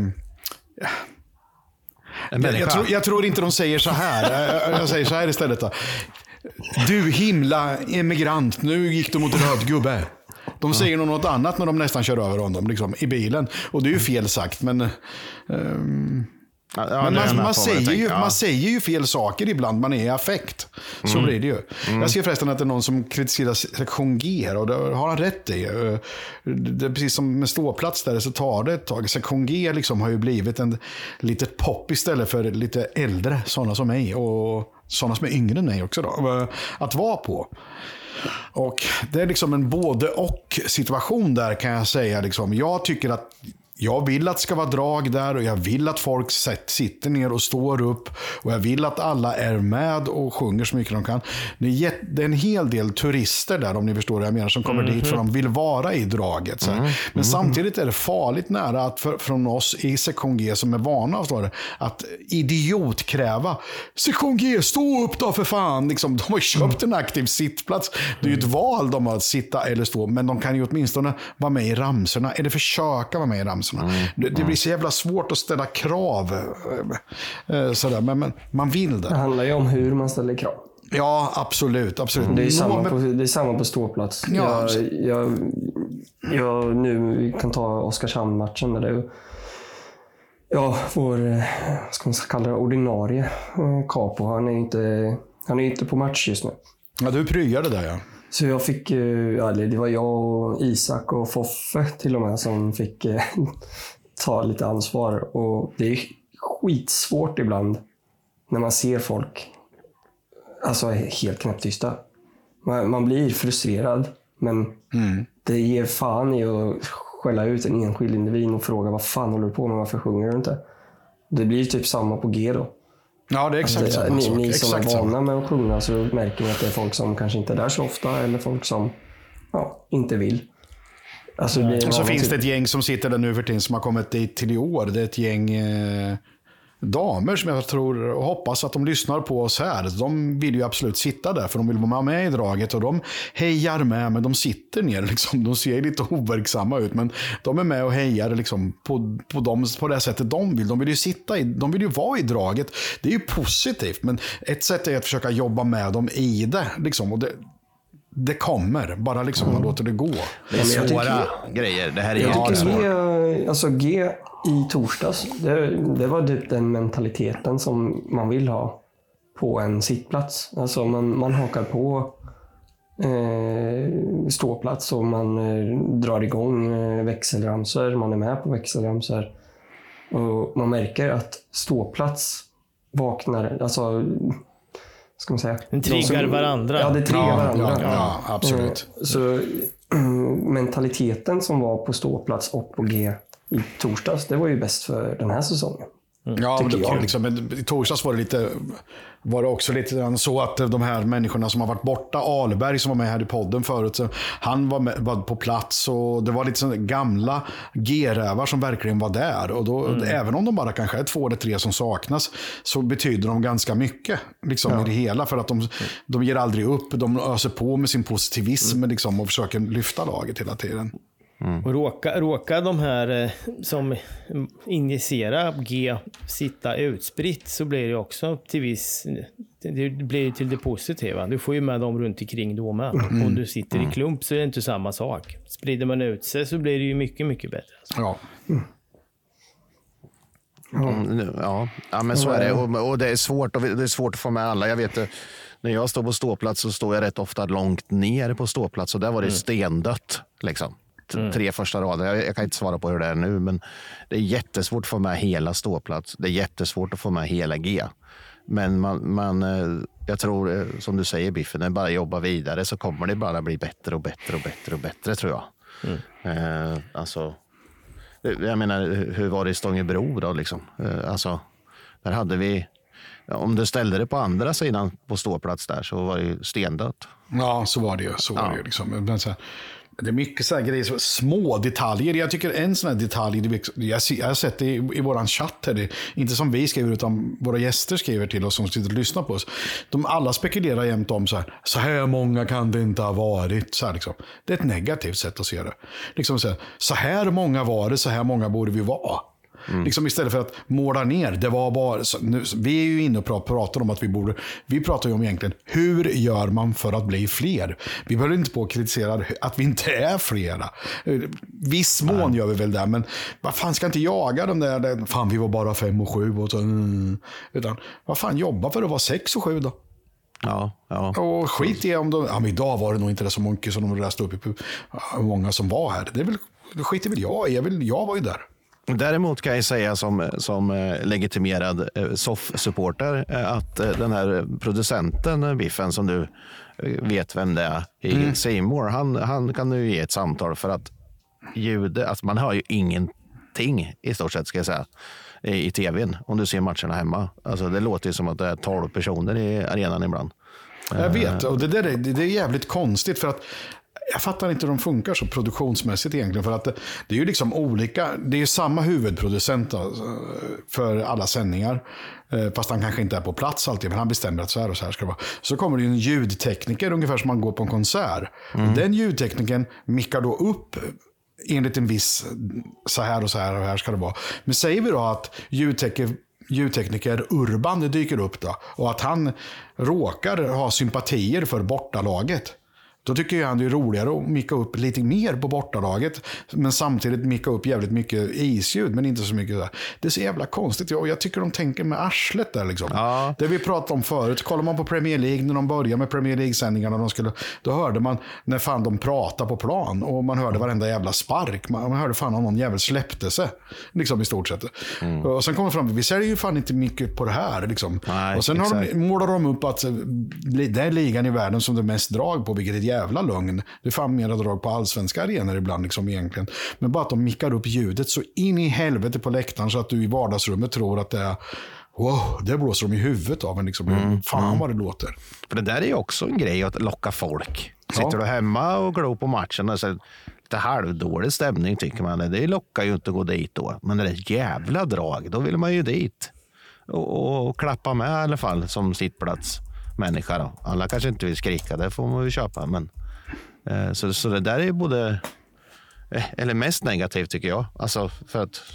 jag, jag, tror, jag tror inte de säger så här. Jag säger så här istället då. Du himla emigrant, nu gick du mot röd gubbe. De säger nog något annat när de nästan kör över honom liksom, i bilen. Och det är ju fel sagt, men um, Ja, Men man, man, på säger ju, ja. man säger ju fel saker ibland, man är i affekt. Så Mm. blir det ju. Mm. Jag ser förresten att det är någon som kritiserar sektion G här, och det har han rätt i. Det är precis som med ståplats där, så tar det ett tag. Sektion G liksom har ju blivit en litet pop istället för lite äldre, sådana som mig, och sådana som är yngre än mig också då, att vara på. Och det är liksom en både och situation där, kan jag säga. Liksom. Jag tycker att jag vill att det ska vara drag där, och jag vill att folk sitter ner och står upp, och jag vill att alla är med och sjunger så mycket de kan. Det är, jätt, det är en hel del turister där, om ni förstår vad jag menar, som kommer mm-hmm. dit för de vill vara i draget. Så. Mm-hmm. Men samtidigt är det farligt nära att för, från oss i sektion G som är vana att, det, att idiotkräva sektion G, stå upp då för fan. Liksom, de har köpt en aktiv sittplats. Det är ju ett val de har att sitta eller stå, men de kan ju åtminstone vara med i ramserna, eller försöka vara med i ramserna. Mm. Det, det blir så jävla svårt att ställa krav sådär, men, men man vill det. Det handlar ju om hur man ställer krav. Ja, absolut, absolut. Det är samma på, det är samma på ståplats. Ja, jag, jag, jag nu vi kan ta Oskarshamn-matchen där det är, ja, vår, ska man kalla det, ordinarie Capo, han är inte han är inte på match just nu. Ja, du pryade där, ja. Så jag fick, ja, det var jag och Isak och Foffe till och med som fick eh, ta lite ansvar. Och det är skitsvårt ibland när man ser folk alltså helt knäpptysta. Man, man blir frustrerad, men mm. det ger fan i att skälla ut en enskild individ och fråga vad fan håller du på med, varför sjunger du inte? Det blir typ samma på G då. Ja, det är exakt alltså, samma ni, sak. ni som exakt är vana med att sjunga, så märker ni att det är folk som kanske inte är där så ofta, eller folk som ja, inte vill. Alltså, det blir och så finns typ... det ett gäng som sitter där nu för tiden som har kommit dit till i år. Det är ett gäng eh, damer som jag tror och hoppas att de lyssnar på oss här. De vill ju absolut sitta där, för de vill vara med i draget, och de hejar med, men de sitter ner liksom. De ser lite overksamma ut, men de är med och hejar liksom på, på, dem, på det sättet de vill. De vill ju sitta i, de vill ju vara i draget. Det är ju positivt, men ett sätt är att försöka jobba med dem i det liksom, och det Det kommer, bara liksom man mm. låter det gå. Det är svåra tycker, grejer. Det här är jag tycker svårt. G, alltså G i torsdags, det, det var typ den mentaliteten som man vill ha på en sittplats. Alltså man, man hakar på eh, ståplats och man eh, drar igång eh, växelramsor. Man är med på växelramsor. Och man märker att ståplats vaknar, alltså ska man säga. Den triggar som, varandra. Ja, det triggar ja, varandra. Ja, ja, absolut. Så mentaliteten som var på ståplats och på G i torsdags, det var ju bäst för den här säsongen. Mm. Ja, men det var liksom, i torsdags var det lite var det också lite så att de här människorna som har varit borta, Alberg som var med här i podden förut, så han var, med, var på plats, och det var lite sådana gamla G-rävar som verkligen var där, och då, mm. även om de bara kanske är två eller tre som saknas, så betyder de ganska mycket liksom, ja. i det hela, för att de, de ger aldrig upp, de öser på med sin positivism mm. liksom, och försöker lyfta laget hela tiden. Mm. Och råka, råka de här eh, som injicerar G sitta utspritt, så blir det också till viss, det blir till det positiva. Du får ju med dem runt omkring då med. Mm. Om du sitter mm. i klump så är det inte samma sak. Sprider man ut sig så blir det ju mycket, mycket bättre. Ja. Mm. Mm, ja. ja, men så är det. Och, och det är svårt, och det är svårt att få med alla. Jag vet, när jag står på ståplats så står jag rätt ofta långt ner på ståplats, och där var det mm. stendött liksom. Mm. Tre första rader. Jag, jag kan inte svara på hur det är nu, men det är jättesvårt att få med hela ståplats. Det är jättesvårt att få med hela G. Men man, man, jag tror, som du säger Biffen, när bara jobbar vidare så kommer det bara bli bättre och bättre och bättre och bättre, tror jag. Mm. Eh, alltså, jag menar, hur var det i Stångebro då liksom? Eh, alltså, där hade vi, om du ställde det på andra sidan på ståplats där, så var det ju stendött. Ja, så var det ju. Så var ja. det ju liksom. Men så här, det är mycket så här grejer, så små detaljer. Jag tycker en sån här detalj, jag har sett det i, i våran chatt här, det, inte som vi skriver utan våra gäster skriver till oss som sitter och lyssnar på oss. De alla spekulerar jämt om så här, så här många kan det inte ha varit. Så här, liksom. Det är ett negativt sätt att se det. Liksom så här, så här många var det, så här många borde vi vara. Mm. Liksom istället för att måla ner. Det var bara, så, nu, vi är ju inne och pratar om att vi borde, vi pratar ju om egentligen, hur gör man för att bli fler? Vi behöver inte på att kritisera att vi inte är flera. Viss mån Nej. Gör vi väl det, men vad fan ska inte jaga de där, där fan vi var bara fem och sju och så, mm, utan vad fan jobba för att vara sex och sju då? Ja, ja. Och skit i om de, ja men idag var det nog inte det så mycket som de läste upp i hur många som var här. Det är väl, det skiter väl jag i, jag, vill, jag var ju där. Däremot kan jag säga som, som legitimerad S O F-supporter att den här producenten, Biffen, som du vet vem det är, i mm. Seymour, han, han kan ju ge ett samtal för att ljudet, alltså man hör ju ingenting i stort sett ska jag säga i, i tvn om du ser matcherna hemma. Alltså det låter ju som att det är tolv personer i arenan ibland. Jag vet, och det där är, det är jävligt konstigt för att jag fattar inte hur de funkar så produktionsmässigt egentligen, för att det, det är ju liksom olika, det är ju samma huvudproducent då, för alla sändningar, fast han kanske inte är på plats alltid, men han bestämmer att så här och så här ska det vara. Så kommer det ju en ljudtekniker ungefär som man går på en konsert. Mm. Och den ljudtekniken mickar då upp enligt en viss, så här och så här och här ska det vara. Men säger vi då att ljudtekniker ljudtekniker Urban dyker upp då, och att han råkar ha sympatier för bortalaget, då tycker jag han det är roligare att micka upp lite mer på bortalaget, men samtidigt micka upp jävligt mycket isljud, men inte så mycket där. Det är så jävla konstigt, och jag tycker de tänker med arslet där liksom. Ja. Det vi pratade om förut, kollar man på Premier League när de började med Premier League-sändningarna, de skulle, då hörde man när fan de pratade på plan, och man hörde varenda jävla spark, man, man hörde fan om någon jävel släppte sig liksom i stort sett. Mm. Och sen kommer fram, vi ser ju fan inte mycket på det här liksom. Nej, och sen har de, målar de upp att det är ligan i världen som det är mest drag på, vilket är jävla lögn. Det är fan mera drag på allsvenska arenor ibland liksom egentligen. Men bara att de mickar upp ljudet så in i helvete på läktaren så att du i vardagsrummet tror att det är wow, det blåser de i huvudet av en liksom. Mm, fan mm. vad det låter. För det där är ju också en grej att locka folk. Sitter ja. du hemma och glor på matchen och så lite halvdålig stämning tycker man. Det lockar ju inte att gå dit då. Men det är jävla drag, då vill man ju dit. Och, och, och klappa med i alla fall som sittplats människa då. Alla kanske inte vill skrika, det får man ju köpa, men eh, så, så det där är både eh, eller mest negativt tycker jag, alltså för att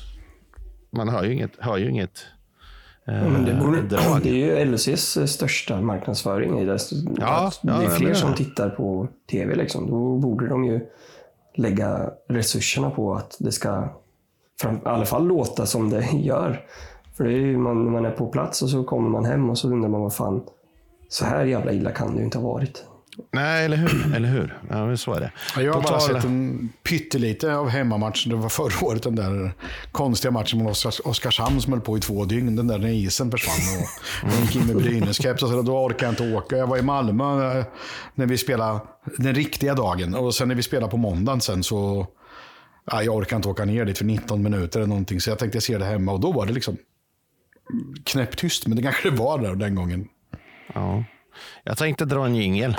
man har ju inget, har ju inget eh, ja, men det, borde, det är ju L C S största marknadsföring i det. Ja, det är ja, fler som tittar på tv liksom. Då borde de ju lägga resurserna på att det ska fram, i alla fall låta som det gör, för det är ju man, man är på plats och så kommer man hem och så undrar man vad fan, så här jävla illa kan det ju inte ha varit. Nej, eller hur? Eller hur? Ja, så är det. Jag har bara sett en pyttelite av hemmamatchen. Det var förra året, den där konstiga matchen mot Oskars, Oskarshamn som höll på i två dygn. Den där när isen försvann och de gick in med Brynäs-keps och så då orkade jag inte åka. Jag var i Malmö när vi spelade den riktiga dagen, och sen när vi spelade på måndagen sen så ja, jag orkade inte åka ner dit för nitton minuter eller någonting, så jag tänkte jag ser det hemma, och då var det liksom knäpptyst, men det kanske det var där den gången. Ja. Jag tänkte dra en jingel.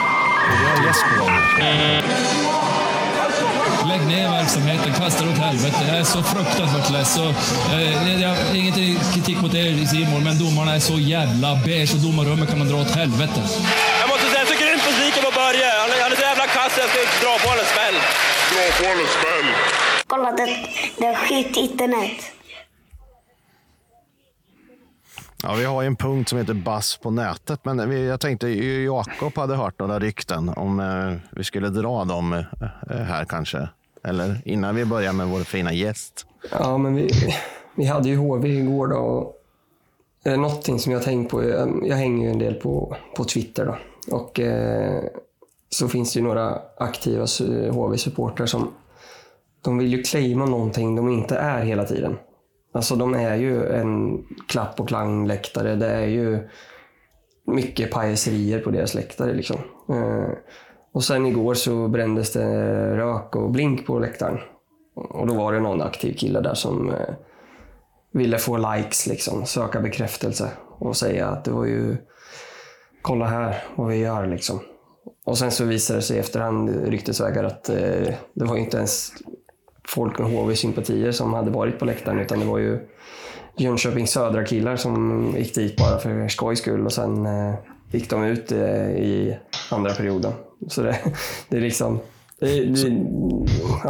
Lägg ner verksamheten, kasta åt helvete. Jag är så fruktansvärt less. Så, eh, jag har inget kritik mot er Simon, men domarna är så jävla beige och domarrummet kan man dra åt helvete. Jag måste säga, jag tycker inte musiken på Börje. Han är, han är så jävla kass, jag ska dra på en smäll. Dra på en smäll. Kolla, det, det är skit internet. Ja, vi har ju en punkt som heter Bass på nätet, men vi, jag tänkte Jakob hade hört några rykten om eh, vi skulle dra dem eh, här kanske, eller innan vi börjar med vår fina gäst. Ja, men vi, vi hade ju H V igår då, och eh, någonting som jag tänkt på, jag, jag hänger ju en del på, på Twitter då, och eh, så finns det ju några aktiva H V-supportrar som de vill ju claima någonting de inte är hela tiden. Alltså de är ju en klapp- och klangläktare. Det är ju mycket pajaserier på deras läktare liksom. Eh, och sen igår så brändes det rök och blink på läktaren. Och då var det någon aktiv kille där som eh, ville få likes liksom, söka bekräftelse och säga att det var ju, kolla här vad vi gör liksom. Och sen så visade det sig efterhand ryktesvägar att eh, det var ju inte ens folk med H V-sympatier som hade varit på läktaren, utan det var ju Jönköping södra killar som gick dit bara för skojs skull, och sen eh, gick de ut eh, i andra perioden. Så det, det är liksom det, det, ja,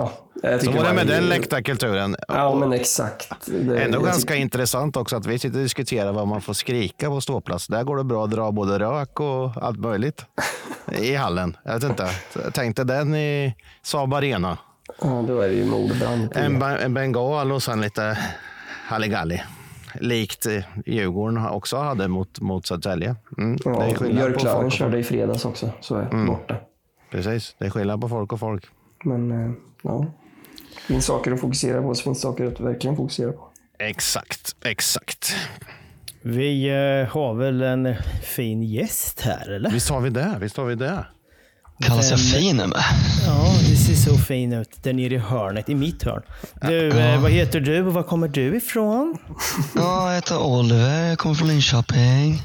Så var det med den läktarkulturen. Ja, men exakt. Det, Ändå ganska intressant också att vi sitter och diskuterar vad man får skrika på ståplats. Där går det bra att dra både rök och allt möjligt i hallen. Jag vet inte. Tänkte den i Saab Arena. Ja, då är det ju mordbrand. En, en bengal och sen lite halligalli. Likt Djurgården också hade mot, mot Södertälje. Mm, ja, Björklöven körde i fredags också, så är mm. borta. Precis, det är skillnad på folk och folk. Men ja, det finns saker att fokusera på, så finns saker att verkligen fokusera på. Exakt, exakt. Vi har väl en fin gäst här, eller? Visst har vi det, visst har vi det. Kallas jag fin med? Ja, det ser så fin ut där nere i hörnet, i mitt hörn. Du, ja. Vad heter du och var kommer du ifrån? Ja, jag heter Oliver, jag kommer från Linköping.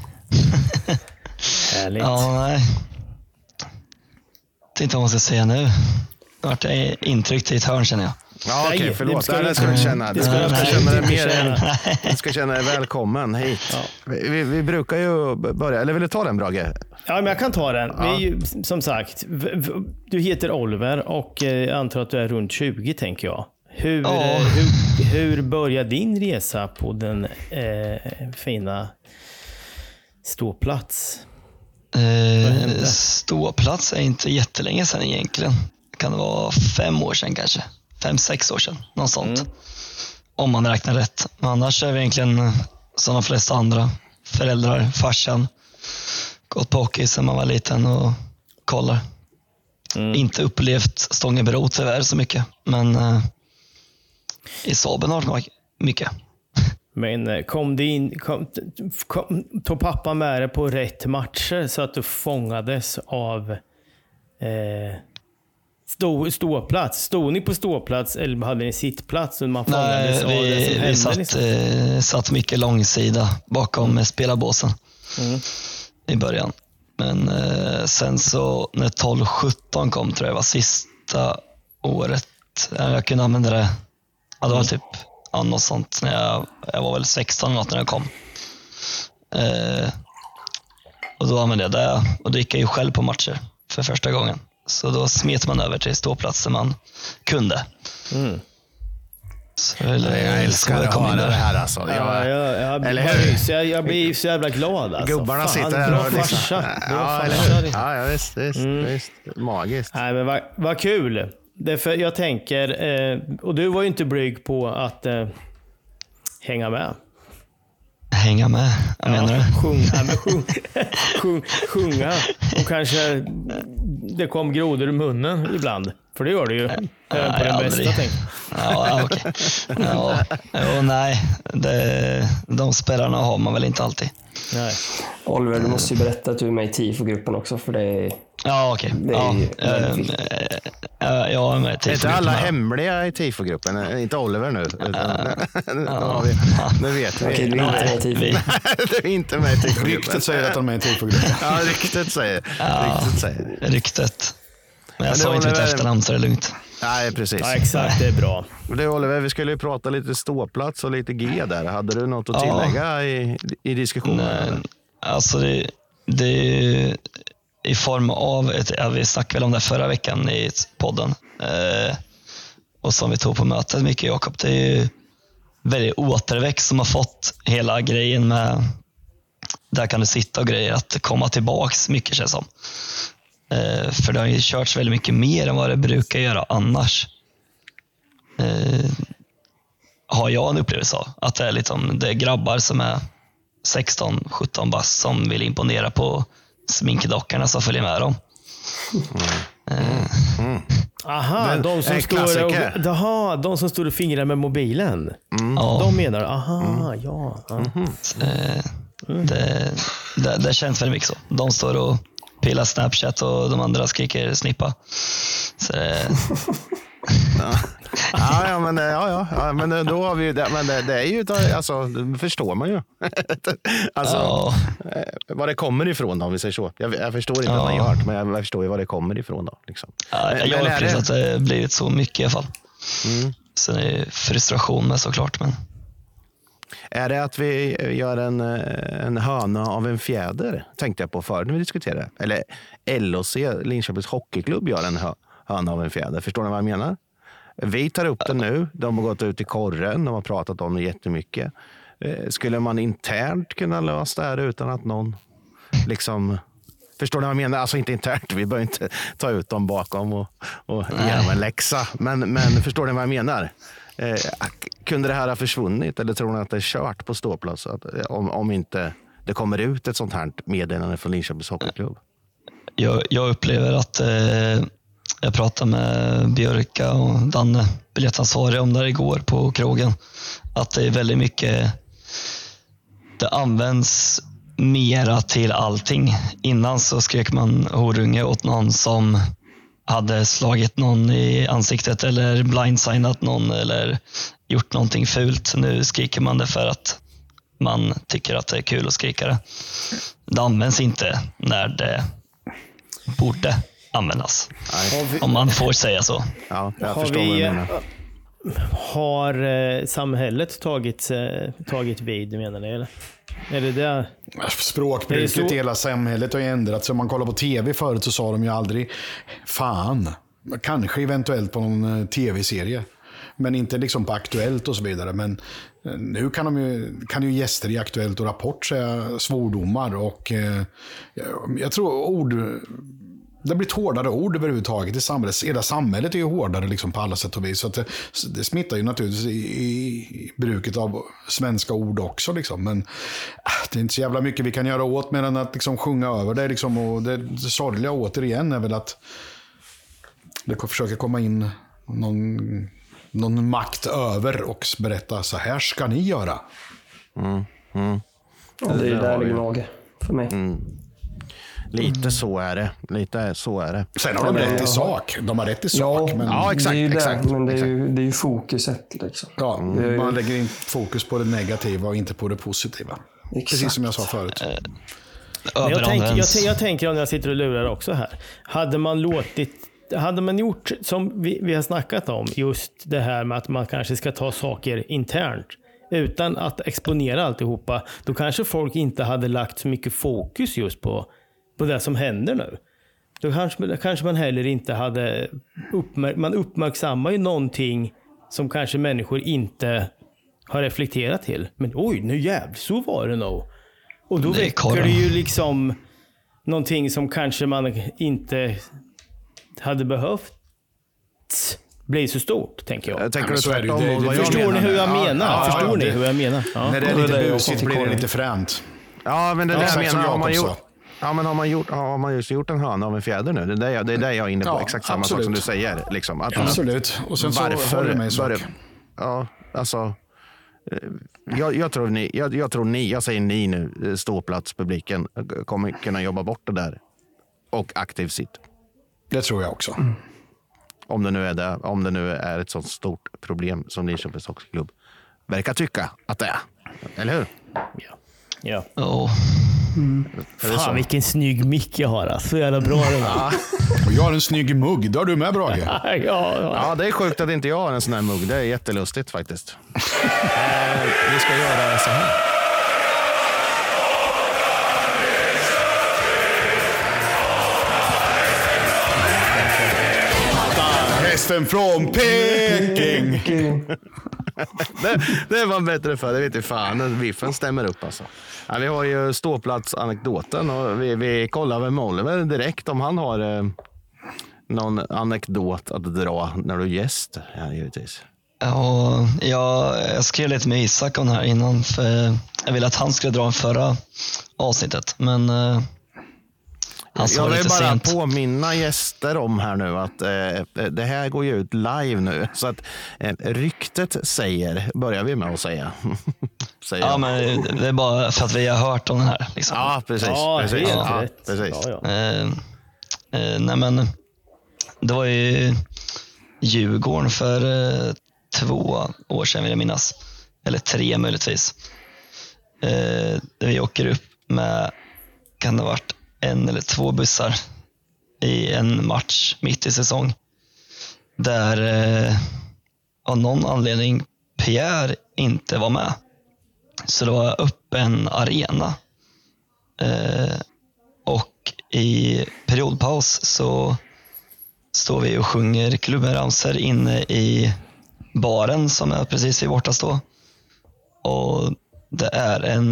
Härligt. Ja, nej. Jag vet inte vad man ska säga nu. Nu vart jag intryckt i ett hörn, känner jag. Ja, okej, okay, förlåt. Det, det ska du känna. Du ska, nej, ska känna dig mer. Du ska känna dig välkommen hit. Ja. Vi, vi brukar ju börja, eller vill du ta den, Brage? Ja, men jag kan ta den. Ja. Vi är ju, som sagt, du heter Oliver och jag antar att du är runt tjugo, tänker jag. Hur, ja. hur, hur började din resa på den eh, fina ståplats? Eh, ståplats är inte jättelänge sedan egentligen. Kan det vara fem år sedan kanske. Fem, sex år sedan. Något sånt. Mm. Om man räknar rätt. Men annars är vi egentligen som de flesta andra. Föräldrar, farsan. Gått på hockey sedan man var liten och kollar. Mm. Inte upplevt Stångebro tyvärr så mycket. Men eh, i Saben har det mycket. Men kom det in, kom, kom, tog pappa med dig på rätt matcher så att du fångades av eh, stå, ståplats? Stod ni på ståplats eller hade ni sittplats? Man Nej, vi, av det som vi hände, satt, liksom? eh, satt mycket långsida bakom mm. spelarbåsen mm. i början. Men eh, sen så när tolv sjutton kom, tror jag var sista året jag kunde använda det. Ja, det var typ ja, något sånt när jag, jag var väl sexton eller något när jag kom. Eh, och då använde jag det. Och då gick jag ju själv på matcher för första gången. Så då smet man över till ståplatser man kunde. Mm. Så, eller, jag älskar att höra det här alltså. Jag, ja, jag, jag, eller hur? Jag, jag blir så jävla glad alltså. Gubbarna Fan, sitter där bra och liksom, farsa. Ja, eller hur? Ja, ja, visst, visst, mm. visst. Magiskt. Nej, men vad, vad kul. Därför jag tänker, eh, och du var ju inte blyg på att eh, hänga med. Hänga med? Vad menar du? Sjunga, men sjung, sjung, sjunga. Och kanske det kom grodor i munnen ibland. För det gör det ju. Ja, på den aldrig. Bästa, tänk. Ja, okej. Okay. Ja, ja, nej. Det, de spelarna har man väl inte alltid. Nej. Oliver, du måste ju berätta att du är med i tifogruppen också, för det är... Ja, okej. Okay. Ja, äh, äh, jag är med i tifogruppen. Är inte alla hemliga i tifogruppen? Inte Oliver nu. Utan, uh, ja, vi, nu vet vi. Okej, du är inte med i tifogruppen. Du är inte med i tifogruppen. Ryktet säger att de är med i tifogruppen. Ja, ryktet säger. Ja, ryktet säger. Ryktet. Men jag sa inte mitt efternamn, så det är lugnt. Nej, precis. Ja, exakt, det är bra. Det, Oliver, vi skulle ju prata lite ståplats och lite G där. Hade du något att tillägga ja. i, i diskussionen? Nej, alltså det, det är i form av, ett, ja, vi snackade väl om det förra veckan i podden. Eh, och som vi tog på mötet mycket, Jakob, det är ju väldigt återväxt som har fått hela grejen med där kan du sitta och grejer, att komma tillbaks mycket känns som. Eh, för det har ju körts väldigt mycket mer än vad det brukar göra annars. Eh, har jag en upplevelse av att det är, liksom, det är grabbar som är sexton sjutton bast som vill imponera på sminkdockarna som följer med dem. Mm. Eh. Mm. Aha, Men, de som, står och, aha, de som står och fingrar med mobilen. Mm. Ja. De menar, aha, mm. ja. ja. Mm. Eh, det, det, det känns väldigt mycket så. De står och pillar Snapchat och de andra skriker snippa. Så det... ja. Ja, ja, men, ja, ja, ja, men då har vi ju det, men det, det är ju, alltså, det förstår man ju. Alltså, ja. Var det kommer ifrån då, om vi säger så. Jag, jag förstår inte ja. vad man har hört, men jag förstår ju var det kommer ifrån då. Liksom. Ja, jag har upplevt att det har blivit så mycket i alla fall. Mm. Sen är det frustration med såklart, men... Är det att vi gör en, en höna av en fjäder, tänkte jag på förr när vi diskuterade. Eller L O C, Linköpings hockeyklubb, gör en hö, höna av en fjäder. Förstår ni vad jag menar? Vi tar upp det nu. De har gått ut i korren. De har pratat om det jättemycket. Skulle man internt kunna lösa det här utan att någon liksom... Förstår ni vad jag menar? Alltså inte internt. Vi behöver inte ta ut dem bakom och, och ge dem en läxa. Men, men förstår ni vad jag menar? Eh, kunde det här ha försvunnit? Eller tror ni att det är kört på ståplats? Att, om, om inte det kommer ut ett sånt här meddelande från Linköpings Hockeyklubb? Jag, jag upplever att eh, jag pratade med Björka och Danne, biljettansvarig, om det igår på krogen. Att det är väldigt mycket... Det används mera till allting. Innan så skrek man horunge åt någon som hade slagit någon i ansiktet eller blindsignat någon eller gjort någonting fult. Nu skriker man det för att man tycker att det är kul att skrika det. Det används inte när det borde användas. Vi, om man får säga så. Ja, jag har förstår vi, vad du menar. Har eh, samhället tagit, eh, tagit vid, menar ni? Eller? Är det det? Språkbruket i hela samhället har ju ändrats. Om man kollar på tv förut så sa de ju aldrig fan. Kanske eventuellt på någon tv-serie. Men inte liksom på Aktuellt och så vidare. Men nu kan, de ju, kan ju gäster i Aktuellt och Rapport säga svordomar. Och eh, jag tror ord... Det blir ett hårdare ord överhuvudtaget i samhället. Hela samhället är ju hårdare liksom på alla sätt och vis. Så att det, det smittar ju naturligtvis i, i bruket av svenska ord också. Liksom. Men det är inte så jävla mycket vi kan göra åt mer än att liksom sjunga över det. Liksom. Och det, det sorgliga återigen är väl att det försöker komma in någon, någon makt över och berätta så här ska ni göra. Mm, mm. Ja, det är ju där det gnager för mig. Mm. Lite så är det. Lite så är det. Sen har de rätt i sak. De har rätt i sak. Ja, men... ja exakt. Det är ju exakt, det, men det är, exakt. ju, det är ju fokuset. Liksom. Ja, mm. man lägger in fokus på det negativa och inte på det positiva. Exakt. Precis som jag sa förut. Men jag, tänker, jag, jag tänker om jag sitter och lurar också här. Hade man låtit, hade man gjort som vi, vi har snackat om, just det här med att man kanske ska ta saker internt utan att exponera alltihopa, då kanske folk inte hade lagt så mycket fokus just på på det som händer nu. Då kanske, kanske man heller inte hade uppmärk- man uppmärksammar ju någonting som kanske människor inte har reflekterat till. Men oj, nu jävlar, så var det nog. Och då väcker det ju liksom någonting som kanske man inte hade behövt bli så stort, tänker jag. Jag tänker ja, så är det, det, det, det Förstår ni hur jag ja, menar? ja, Förstår ja, ni det, hur jag menar? Ja. När det är lite busigt blir det lite fränt. Ja, men det ja, där jag menar jag. Har man också. gjort, ja, men har man gjort, har man just gjort en höna av en fjäder nu? Det är det jag, det är det jag är inne på. Ja, exakt samma absolut. sak som du säger. Liksom. Att, absolut. Och sen varför, så håller jag med sak. Ja, alltså... Jag, jag, tror ni, jag, jag tror ni, jag säger ni nu, ståplatspubliken kommer kunna jobba bort det där och aktivt sitt. Det tror jag också. Mm. Om det nu är det, om det nu är ett sånt stort problem som Linköpings Hockeyklubb verkar tycka att det är. Eller hur? Ja. Ja. Oh. Mm. Fan vilken snygg mick jag har. Alltså. Så jävla bra den här. Och jag har en snygg mugg. Det har du med, Brage. ja, ja. ja, det är sjukt att inte jag har en sån här mugg. Det är jättelustigt faktiskt. eh, vi ska göra så här. Hästen från Peking. det, det var bättre för det vet jag fan. Biffen stämmer upp alltså. Ja, vi har ju ståplatsanekdoten och vi, vi kollar med Oliver direkt om han har eh, någon anekdot att dra när du är gäst. Ja, givetvis. Ja, jag, jag skrev lite med Isak om det här innan för jag ville att han skulle dra en förra avsnittet, men eh, han sa jag vill lite bara sent. Påminna gäster om här nu att eh, det här går ju ut live nu så att eh, ryktet säger, börjar vi med att säga. säger ja, jag. men det är bara för att vi har hört om det här. Liksom. Ja, precis. Ja, precis. ja, Ja, precis. Ja, ja. Eh, eh, nej, men det var ju Djurgården för eh, två år sedan vill jag minnas. Eller tre möjligtvis. Eh, vi åker upp med, kan det ha varit en eller två bussar i en match mitt i säsong. Där eh, av någon anledning Pierre inte var med. Så det var öppen arena. Eh, och i periodpaus så står vi och sjunger klubbenramsor inne i baren som är precis vid bortastå. Och det är en,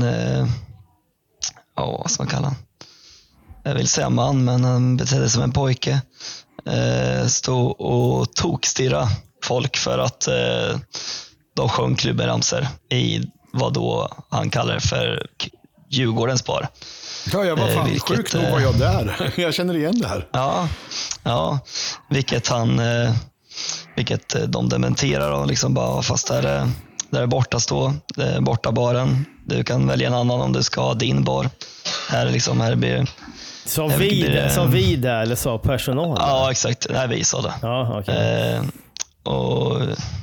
ja vad ska man kalla han? Jag vill säga man, men han betedde som en pojke. Eh, stod och tokstirra folk för att eh, de sjöng klubbenramsor i vad då han kallar för Djurgårdens bar. Ja, jag var fan eh, vilket, sjukt nog var jag där. Jag känner igen det här. Ja, ja vilket han eh, vilket de dementerar och liksom bara, fast där är, där är borta stå, det är borta baren. Du kan välja en annan om du ska ha din bar. Här liksom, här blir Sa vi det, sa vi det eller sa personal? Ja, exakt. Nej, vi sa det. Ja, okay. eh, och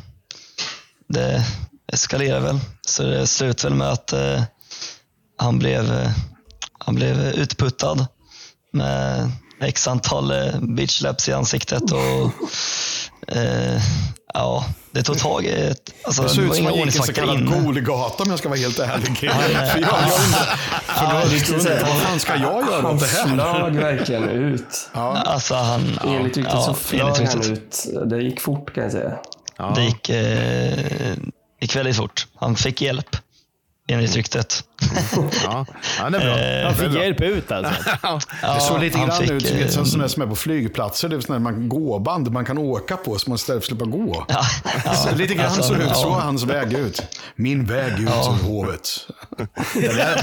det eskalerar väl. Så det slutar väl med att eh, han blev eh, han blev utputtad med x antal eh, bitch slaps i ansiktet och eh, ja, det tog tag i ett, alltså, det ser ut som inga man gick en så kallad Golgata om jag ska vara helt ärlig. För jag, jag undrar, för då, vad fan ska jag göra åt det här? Han flög verkligen ut. Ja. Alltså han, enligt ryktet ja, så flög enligt han ut. Det gick fort kan jag säga. Ja. Det gick, eh, gick väldigt fort. Han fick hjälp. Enligt ryktet. Ja, ja, det är bra. Han fick hjälp ut alltså. Ja, det såg lite grann fick, ut som ett sånt där som är på flygplatser. Det är sådana man gåband man kan åka på så man istället slipper gå. Ja, ja. Så lite grann alltså, såg ut så ja. Hans väg ut. Min väg ut ja. Ur hovet. Det där,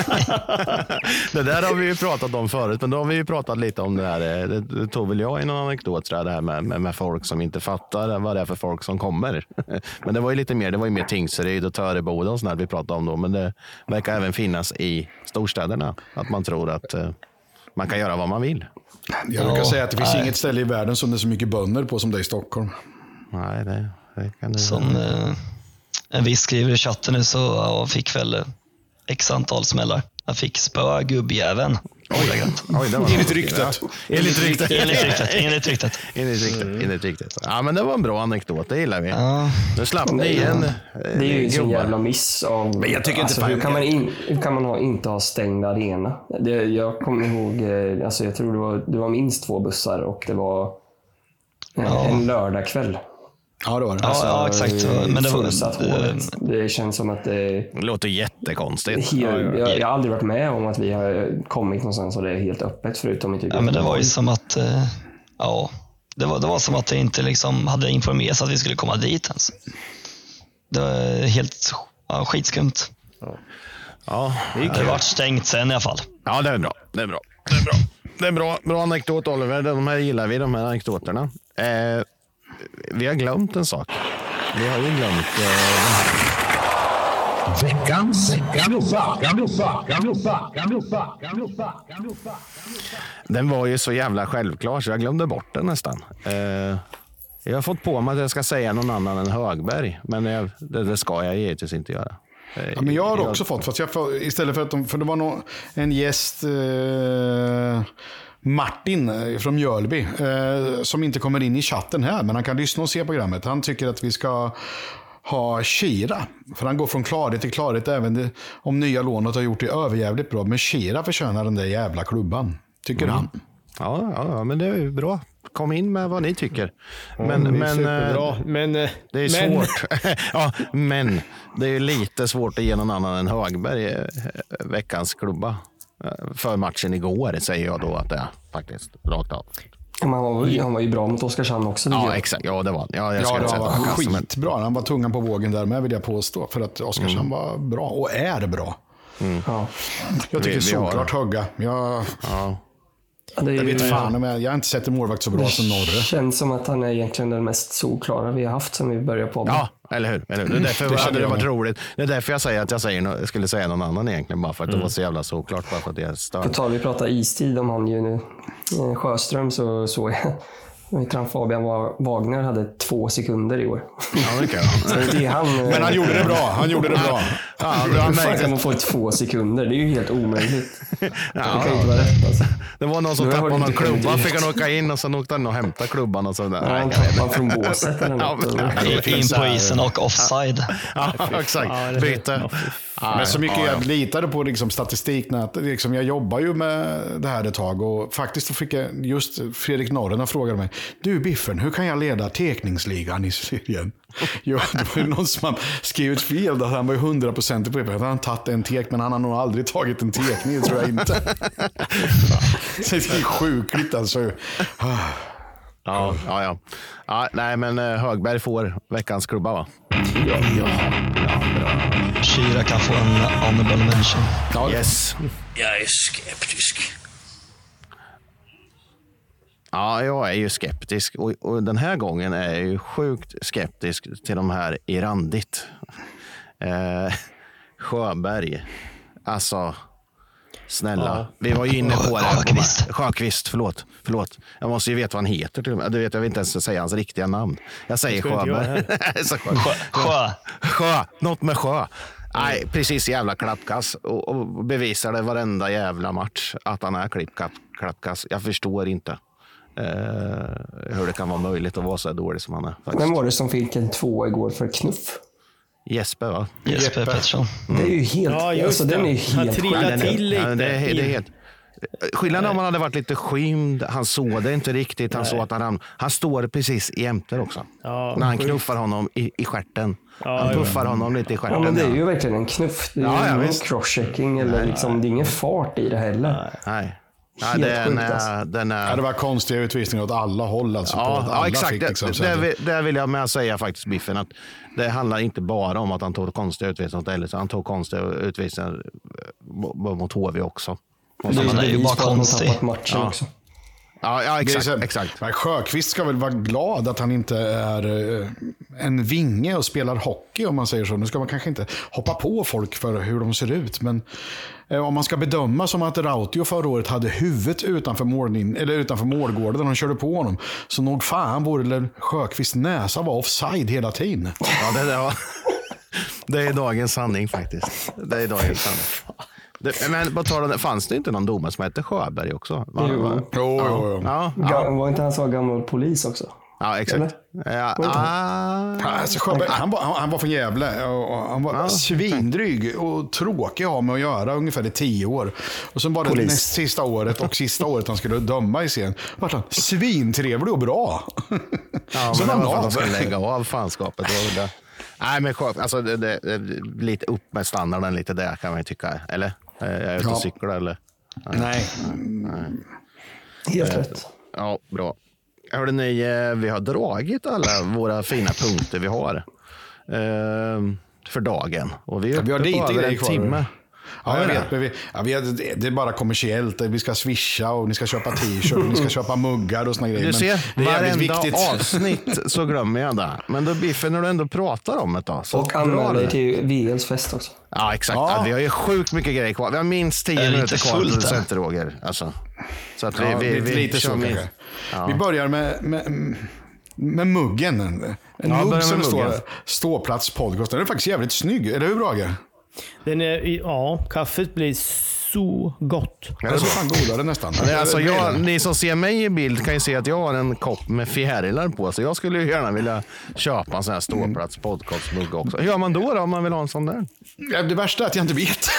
det där har vi ju pratat om förut, men då har vi ju pratat lite om det här. Det, det tog väl jag i någon anekdot tror jag, det här med, med, med folk som inte fattar vad det är för folk som kommer. Men det var ju lite mer, det var ju mer Tingsryd och Töreboda och sånt där vi pratade om då, men det verkar även finnas i storstäderna att man tror att uh, man kan göra vad man vill. Jag brukar ja, säga att det finns nej. inget ställe i världen som det är så mycket bönder på som det är i Stockholm. Nej, det, det kan det som uh, en viss skriver i chatten nu så ja, fick väl uh, x antal smällar. Jag fick spöa gubbjäveln. Oj, Oj, det var enligt ryktet. Enligt ryktet. Enligt ryktet. Enligt ryktet. Enligt ryktet. Enligt ryktet. Ja, men det var en bra anekdot. Det gillar vi. Ja. Nu slapp ni en. Det är ju en jävla miss av. Men jag tycker alltså, inte hur kan man in, hur kan man ha, inte ha stängd arena? Det, jag kommer ihåg. Alltså jag tror det var det var minst två bussar och det var ja. en lördagkväll. Ja, det var det. Alltså, ja, exakt. Men det, var, det, det känns som att det, det låter jättekonstigt. Helt, jag, jag har aldrig varit med om att vi har kommit någonstans och det är helt öppet förutom i typ. Ja, men det var ju som att ja, det var, det var som att det inte liksom hade informerats att vi skulle komma dit ens. Det var helt ja, skitskumt. Ja, ja det har varit stängt sen i alla fall. Ja, det är bra. Det är bra. Det är bra. Det är bra, bra anekdot, Oliver. De här gillar vi, de här anekdoterna. Eh, Vi har glömt en sak. Vi har ju glömt eh, den här. Veckans Galoppa, Galoppa, Galoppa, Galoppa, Galoppa, Galoppa. Den var ju så jävla självklar så jag glömde bort den nästan. Eh, jag har fått på mig att jag ska säga någon annan än Högberg. Men jag, det, det ska jag givetvis inte göra. Eh, ja, men jag har också jag, fått. Fast jag, istället för att de, för det var någon, en gäst... Eh, Martin från Mjölby eh, som inte kommer in i chatten här, men han kan lyssna och se programmet. Han tycker att vi ska ha Shira, för han går från klarhet till klarhet även det, om nya lånet har gjort det överjävligt bra. Men Shira förtjänar den där jävla klubban, tycker mm. han. Ja, ja, men det är ju bra. Kom in med vad ni tycker. Men, mm, men, superbra. men det är men... svårt. Ja, men det är lite svårt att ge någon annan än Högberg veckans klubba. För matchen igår säger jag då att det är faktiskt rakt av. Han var, han var ju bra mot Oskarshamn också. Ja, exakt. Ja, det var ja, jag ja, det var skitbra. Han var tungan på vågen där med, vill jag påstå. För att Oskarshamn mm. var bra och är bra. Mm. Ja. Jag tycker vi, såklart Högga. Jag, ja. Ja, det är, jag vet fan, men jag har inte sett en målvakt så bra det som Norre. Det känns som att han är egentligen den mest solklara vi har haft sen vi började på. Ja, eller hur? Eller hur? Det är därför det hade det varit roligt. Det är därför jag säger att jag säger, skulle säga någon annan egentligen. Bara för att mm. det var så jävla såklart. Bara för att det är stört. På tal, vi pratar istid om han ju nu. Sjöström så såg jag. Jag tror Fabian Wagner hade två sekunder i år. Ja, det kan jag. det han, men han gjorde det bra. Han gjorde det bra. Ja, det var fan kan man få två sekunder? Det är ju helt omöjligt. Ja, det kan inte vara rätt alltså. Det var någon som tappade någon klubba. Fick han åka in och sen åkte han och hämta klubban och så där. Ja, han tappade från båset eller något. Ja, in på isen och offside. Ja, exakt. Byte. Men så mycket jag litade på liksom, statistik. När att, liksom, jag jobbar ju med det här ett tag. Och faktiskt fick jag just Fredrik Norren frågade mig. Du Biffen, hur kan jag leda tekningsligan i Syrien? Jo, det var ju någon som har skrivit fel. Där han var ju hundra procent på det. Han har tagit en tek, men han har nog aldrig tagit en tekning. Det tror jag inte. Så det är sjukligt alltså. Ja, ja, ja. ja nej, men Högberg får veckans klubba, va? Ja, ja. Kyra kan få en honorable mention. Ja, yes. Jag är skeptisk. Ja, jag är ju skeptisk. Och, och den här gången är jag ju sjukt skeptisk till de här i randigt. Eh, Sjöberg. Alltså... Snälla, ja. Vi var ju inne på det. Sjökvist. Sjökvist, förlåt. förlåt. Jag måste ju veta vad han heter. Till och med. Du vet, jag vill inte ens säga hans riktiga namn. Jag säger Sjöberg. Sjö. Sjö. Sjö. Något med sjö. Nej, precis jävla klappkass. Och, och bevisar det varenda jävla match att han är klippkapp, klappkass. Jag förstår inte eh, hur det kan vara möjligt att vara så dålig som han är. Faktiskt. Vem var det som fick en två igår för knuff? Jesper, va? Jesper Pettersson. Mm. Det är ju helt... Ja, just alltså, det. Den är helt han trillade till lite. Ja, det, är, det är helt... Skillnaden om han hade varit lite skymd, han såg det inte riktigt, han Nej. såg att han ramlade. Han står precis jämte också. Ja, när han knuffar honom i, i stjärten. Ja, han puffar ja. honom lite i stjärten. Ja, men det är ju verkligen en knuff. Det är ja, ju ja, ingen crosschecking eller liksom, det är ingen fart i det heller. Nej. Ja, den är, alltså. den är... Ja, det var konstiga utvisningar åt alla håll. Alltså, ja, på ja exakt. Fick, liksom, det, det, det vill jag med säga faktiskt, Biffen. Att det handlar inte bara om att han tog konstiga utvisningar åt L S. Han tog konstiga utvisningar mot H V också. Och det, det är ju bara konstigt. Matchen ja. också. Ja, ja exakt. Så, exakt. Men Sjökvist ska väl vara glad att han inte är en vinge och spelar hockey, om man säger så. Nu ska man kanske inte hoppa på folk för hur de ser ut, men om man ska bedöma som att Rautio förra året hade huvudet utanför, målin, eller utanför målgården när de körde på honom, så nog fan borde Sjökvist näsa var offside hela tiden. Ja, det, var, det är dagens sanning faktiskt. Det är dagens sanning. Det, men på tal om det, fanns det inte någon domare som hette Sjöberg också? Var, jo. Var, jo, jo, jo. Ja, ja. ja. Var inte han så gammal polis också? Ja, exakt. Ja, ah, alltså, Sjöberg, han, var, han, han var från Gävle och han var ah, svindryg och tråkig att ha med att göra ungefär i tio år. Och sen var det Polis. näst sista året och sista året han skulle döma i scen. Vart han svintrevlig och bra. Ja, så men det var för att han skulle lägga av fanskapet. Det det. Nej, men alltså, det, det, det, lite upp med standarden lite där kan man ju tycka. Eller? Jag är ute och ja. cyklar eller? Nej. Nej. Nej. Helt rätt. Ja, bra. Hörde ni, vi har dragit alla våra fina punkter vi har eh, för dagen. Och vi, är ja, vi har lite över en kvar. timme. Ja, jag vet. Men vi, ja, vi har, det är bara kommersiellt. Vi ska swisha och ni ska köpa t-shirt och ni ska köpa muggar och såna grejer. Du ser, men det är varenda viktigt. avsnitt så glömmer jag det. Men då Biffen, när du ändå pratar om det då. Och anmäler till V Ls fest också. Ja, exakt. Ja. Ja, vi har ju sjukt mycket grejer kvar. Vi har minst tio minuter kvar till Center Roger. Alltså. Så att vi, ja, vi, vi, lite så min... ja. Vi börjar med, med, med muggen. En ja, mugg som står ståplats podcast. Den är faktiskt jävligt snygg. Eller hur, Brage? Den är, ja, kaffet blir så gott. Ja, det är så fan godare nästan. Ja, alltså jag, ni som ser mig i bild kan ju se att jag har en kopp med fjärilar på. Så jag skulle ju gärna vilja köpa en sån här ståplats podcastmugg också. Hur gör man då, då om man vill ha en sån där? Ja, det värsta är att jag inte vet.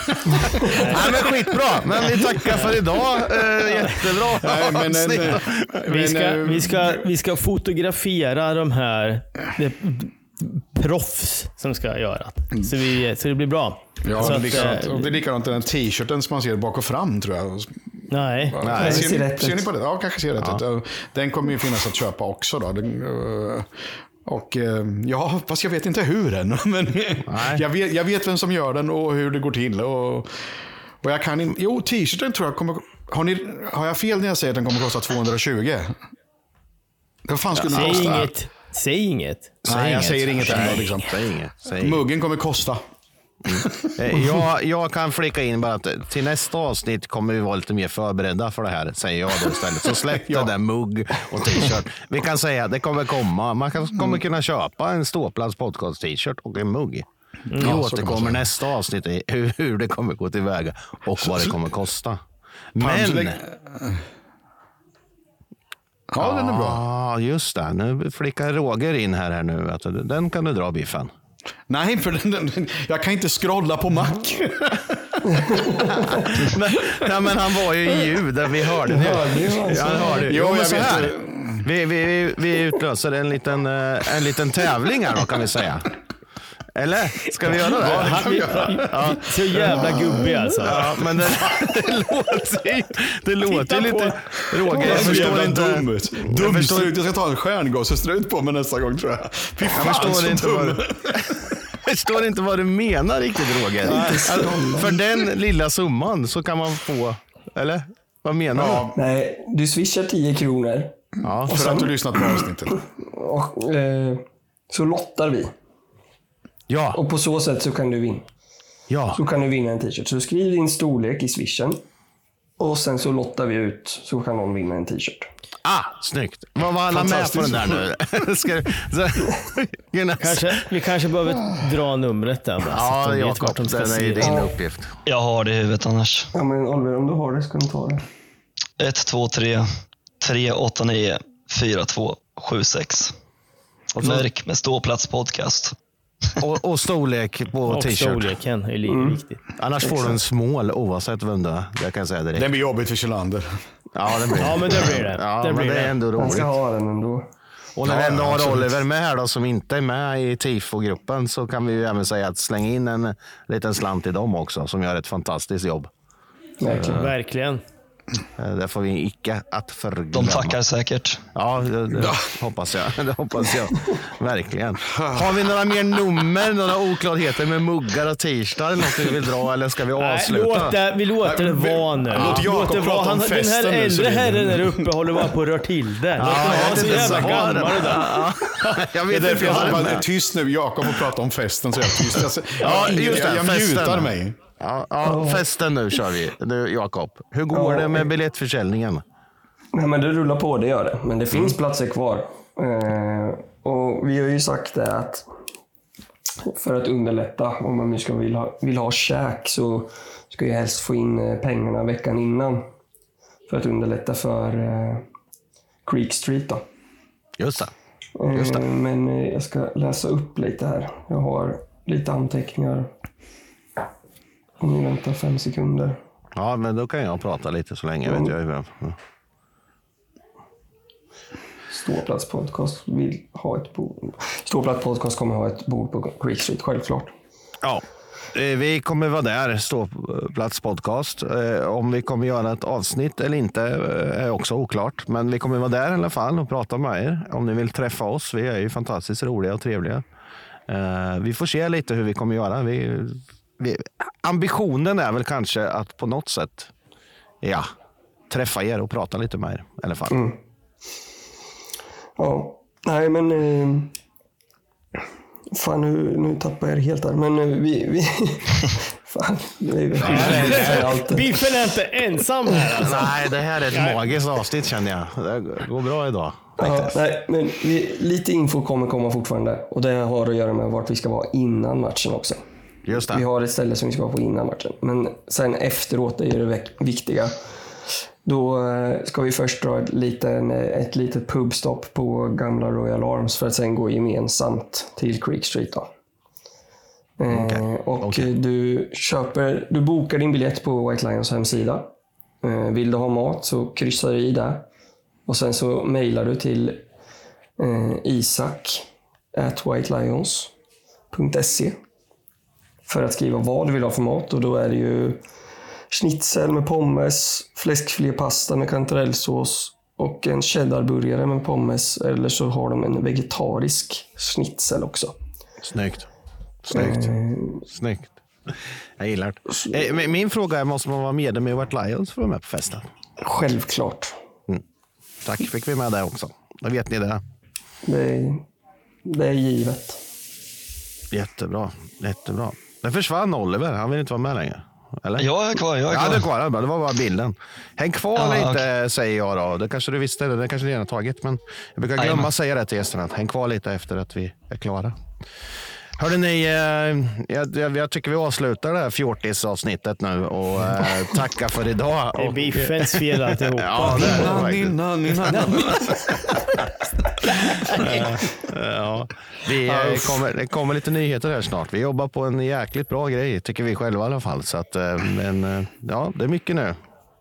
Nej, men skitbra. Men vi tackar för idag. Eh, jättebra. Nej, men, men, vi, ska, vi, ska, vi ska fotografera de här det, proffs som ska göra. Så, vi, så det blir bra. Ja, så det, är att, likadant, och det är likadant den t-shirten som man ser bak och fram, tror jag. Nej. Ja, nej. ser, ser, ni, ser ni på det? Ja, kanske ser rätt ja. ut. Den kommer ju finnas att köpa också då. Den, och ja, fast jag vet inte hur än. Men jag vet, jag vet vem som gör den och hur det går till. Och, och jag kan inte... Jo, t-shirten tror jag kommer... Har, ni, har jag fel när jag säger att den kommer kosta tvåhundratjugo? Vad fan skulle ja, den kosta? Inget. Säg inget. Nej, jag inget. säger inget ändå. Liksom. Säg inget. Säg Muggen kommer kosta. Mm. jag, jag kan flika in bara att till nästa avsnitt kommer vi vara lite mer förberedda för det här, säger jag då istället. Så släpp ja. det där mugg och t-shirt. Vi kan säga att det kommer komma. Man kan, kommer kunna köpa en ståplats podcast t-shirt och en mugg. Mm. Vi ja, återkommer nästa avsnitt i hur, hur det kommer gå tillväga och vad det kommer kosta. Men... Ja, den är bra. Ja, just det. Nu flickar Roger in här, här nu. Att den kan du dra, Biffen. Nej, för den, den, jag kan inte scrolla på Mac. men, ja, men han var ju i ljud, vi hörde det. Ja, han hörde. Jo, jo, jag så här. Vi, vi, vi utlöser en liten, en liten tävling här då, kan vi säga. Eller? Ska vi göra det? Ja, han, vi, ja. Så jävla gubbig alltså. Ja, men det, det låter ju, det låter lite... Roger, jag förstår inte... Dummet. Dumstrut. Jag ska ta en stjärngåsestrut på mig nästa gång, tror jag. Fy fan, jag förstår inte vad, jag förstår inte vad du menar riktigt, Roger. Alltså, för den lilla summan så kan man få... Eller? Vad menar ja. du? Nej, du swishar tio kronor. Ja, för sen, att du lyssnat på avsnittet. Och, eh, så lottar vi. Ja. Och på så sätt så kan du vinna. Ja. Så kan du vinna en t-shirt. Så skriv din storlek i swishen. Och sen så lottar vi ut så kan någon vinna en t-shirt. Ah, snyggt. Vad var alla med på den där nu? Ska, så, kanske, vi kanske behöver dra numret där. Ja, Jakob, den är ju din uppgift. Jag har det i huvudet annars. Ja, men Oliver, om du har det ska du ta det. ett, två, tre, tre, åtta, nio, fyra, två, sju, sex. Märk med ståplats podcast. Och, och storlek på och t-shirt. Storleken är lika mm. viktigt. Annars får du en smål oavsett vem du är. Det kan jag säga direkt. Det blir jobbigt för Kjellander. Ja, det blir det. Ja, men det blir det. Ja, det men blir det är ändå roligt. Jag ska ha den ändå. Och när vi ändå har Oliver med här då, som inte är med i tifo-gruppen, så kan vi ju även säga att slänga in en liten slant i dem också, som gör ett fantastiskt jobb. Verkligen. Uh, Verkligen. Det får vi icke att förglömma. De tackar säkert. Ja, det, det hoppas jag. Det hoppas jag. Verkligen. Har vi några mer nummer, några oklarheter med muggar och t-shirtar eller något vi vill dra, eller ska vi avsluta? Nej, låt det, vi låter det vara nu. Ja, låt det vara. Han, den här äldre herren där uppe håller bara på att röra till det. Ja, han är så jävla gammal där. Ja, jag vet inte, jag är tyst nu. Jakob får prata om festen så jag är tyst. Jag, ja, just det, jag mutar mig. Ja, ja, festen nu kör vi. Du, Jakob, hur går ja. det med biljettförsäljningen? Nej, men det rullar på, det gör det. Men det finns mm. platser kvar. Eh, och vi har ju sagt det att för att underlätta, om man nu ska vill ha, vill ha käk, så ska jag helst få in pengarna veckan innan. För att underlätta för eh, Creek Street då. Just det. Just det. Eh, men jag ska läsa upp lite här. Jag har lite anteckningar. Om ni väntar fem sekunder. Ja, men då kan jag prata lite så länge. Mm. Vet jag hur. Ja. Ståplats podcast vill ha ett bord. Ståplats podcast kommer ha ett bord på Creek Street, självklart. Ja, vi kommer vara där, Ståplats podcast. Om vi kommer göra ett avsnitt eller inte är också oklart. Men vi kommer vara där i alla fall och prata med er. Om ni vill träffa oss, vi är ju fantastiskt roliga och trevliga. Vi får se lite hur vi kommer göra. Vi... Vi, ambitionen är väl kanske att på något sätt ja, träffa er och prata lite med er i alla fall. Mm. Ja, nej men eh, fan nu, nu tappar jag det helt där, men eh, vi, vi fan, vi, vi, Biffen är inte ensam här alltså. Nej, det här är ett nej. magiskt avsnitt känner jag. Det går bra idag. Ja, nej, men vi, lite info kommer komma fortfarande och det har att göra med vart vi ska vara innan matchen också. Just det. Vi har ett ställe som vi ska vara på innan matchen. Men sen efteråt är det viktiga. Då ska vi först dra ett, liten, ett litet pubstopp på gamla Royal Arms för att sen gå gemensamt till Creek Street då. Okay. Eh, och okay. du köper, du bokar din biljett på White Lions hemsida. Eh, vill du ha mat så kryssar du i där. Och sen så mejlar du till eh, isak at whitelions punkt se för att skriva vad du vill ha för mat. Och då är det ju schnitzel med pommes, fläskfilépasta med kantarellsås och en cheddarburgare med pommes. Eller så har de en vegetarisk schnitzel också. Snyggt. Snyggt. Eh, Snyggt. Jag gillar det. Min fråga är, måste man vara medlem i White Lions för att vara med på festen? Självklart. Mm. Tack, fick vi med det också. Då vet ni det. Det är, det är givet. Jättebra, jättebra. Den försvann Oliver, han vill inte vara med längre. Eller? Jag är kvar, jag är kvar. Ja, du är kvar, det var bara bilden. Häng kvar ja, lite, okay. säger jag då. Det kanske du visste, det kanske redan tagit. Men jag brukar glömma Aj, säga det till gästerna. Häng kvar lite efter att vi är klara. Hörde ni, eh, jag, jag, jag tycker vi avslutar det här fjortis-avsnittet nu och eh, tackar för idag. Det är biffens fel alltihopa. Ja, det är det faktiskt. Innan, innan, innan. Ja, vi eh, kommer, det kommer lite nyheter här snart. Vi jobbar på en jäkligt bra grej, tycker vi själva i alla fall. Så att, eh, men eh, ja, det är mycket nu.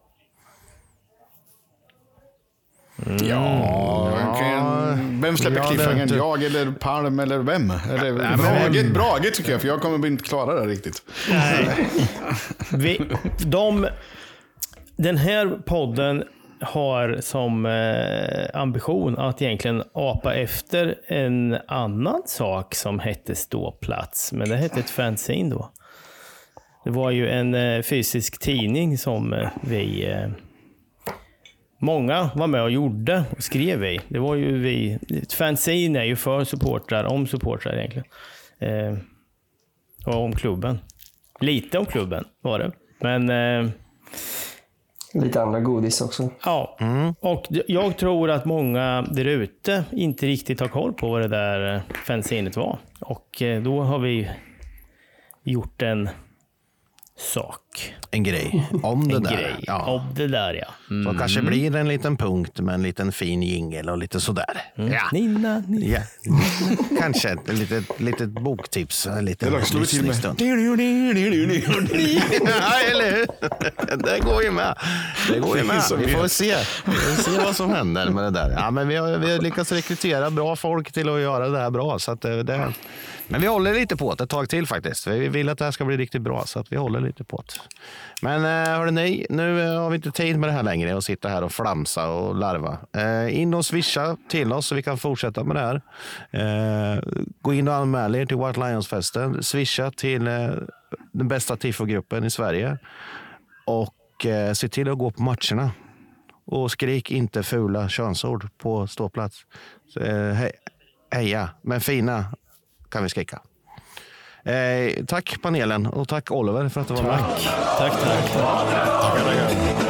Mm. Ja, kan, vem släpper Ja, cliffhangern? det- Jag eller Palm eller vem? Eller men- Brage, Brage tycker jag, för jag kommer inte klara det riktigt. Nej. Vi, de, den här podden har som eh, ambition att egentligen apa efter en annan sak som hette Ståplats. Men det hette ett fanzine då. Det var ju en eh, fysisk tidning som eh, vi... Eh, många var med och gjorde och skrev i. Det var ju vi... Ett fanzine är ju för supportrar, om supportrar egentligen. Eh, och om klubben. Lite om klubben var det. Men... Eh, Lite andra godis också. Ja, och jag tror att många där ute inte riktigt har koll på vad det där fanzinet var. Och eh, då har vi gjort en sak. En grej om det En där. grej Ja. om det där, ja. Mm. Så kanske blir det en liten punkt med en liten fin jingle och lite sådär. Mm. Ja. Nina, nina. Ja. Kanske ett litet, litet boktips. En liten Det slår vi till med. lyssningsstund. Ja, eller hur? Det går ju med. Det går ju med. Vi får se. Vi får se vad som händer med det där. Ja, men vi har, vi har lyckats rekrytera bra folk till att göra det här bra. Så att det, det, men vi håller lite på det ett tag till faktiskt. Vi vill att det här ska bli riktigt bra, så att vi håller lite på det. Men hörde ni, nu har vi inte tid med det här längre och sitta här och flamsa och larva. Eh, in och swisha till oss så vi kan fortsätta med det här. Eh, gå in och anmäl er till White Lions-festen. Swisha till eh, den bästa tifogruppen i Sverige. Och eh, se till att gå på matcherna. Och skrik inte fula könsord på ståplats. Så, eh, he- heja, men fina kan vi skrika. Eh, tack panelen och tack Oliver för att du var med. Tack, tack. Tackar, tackar.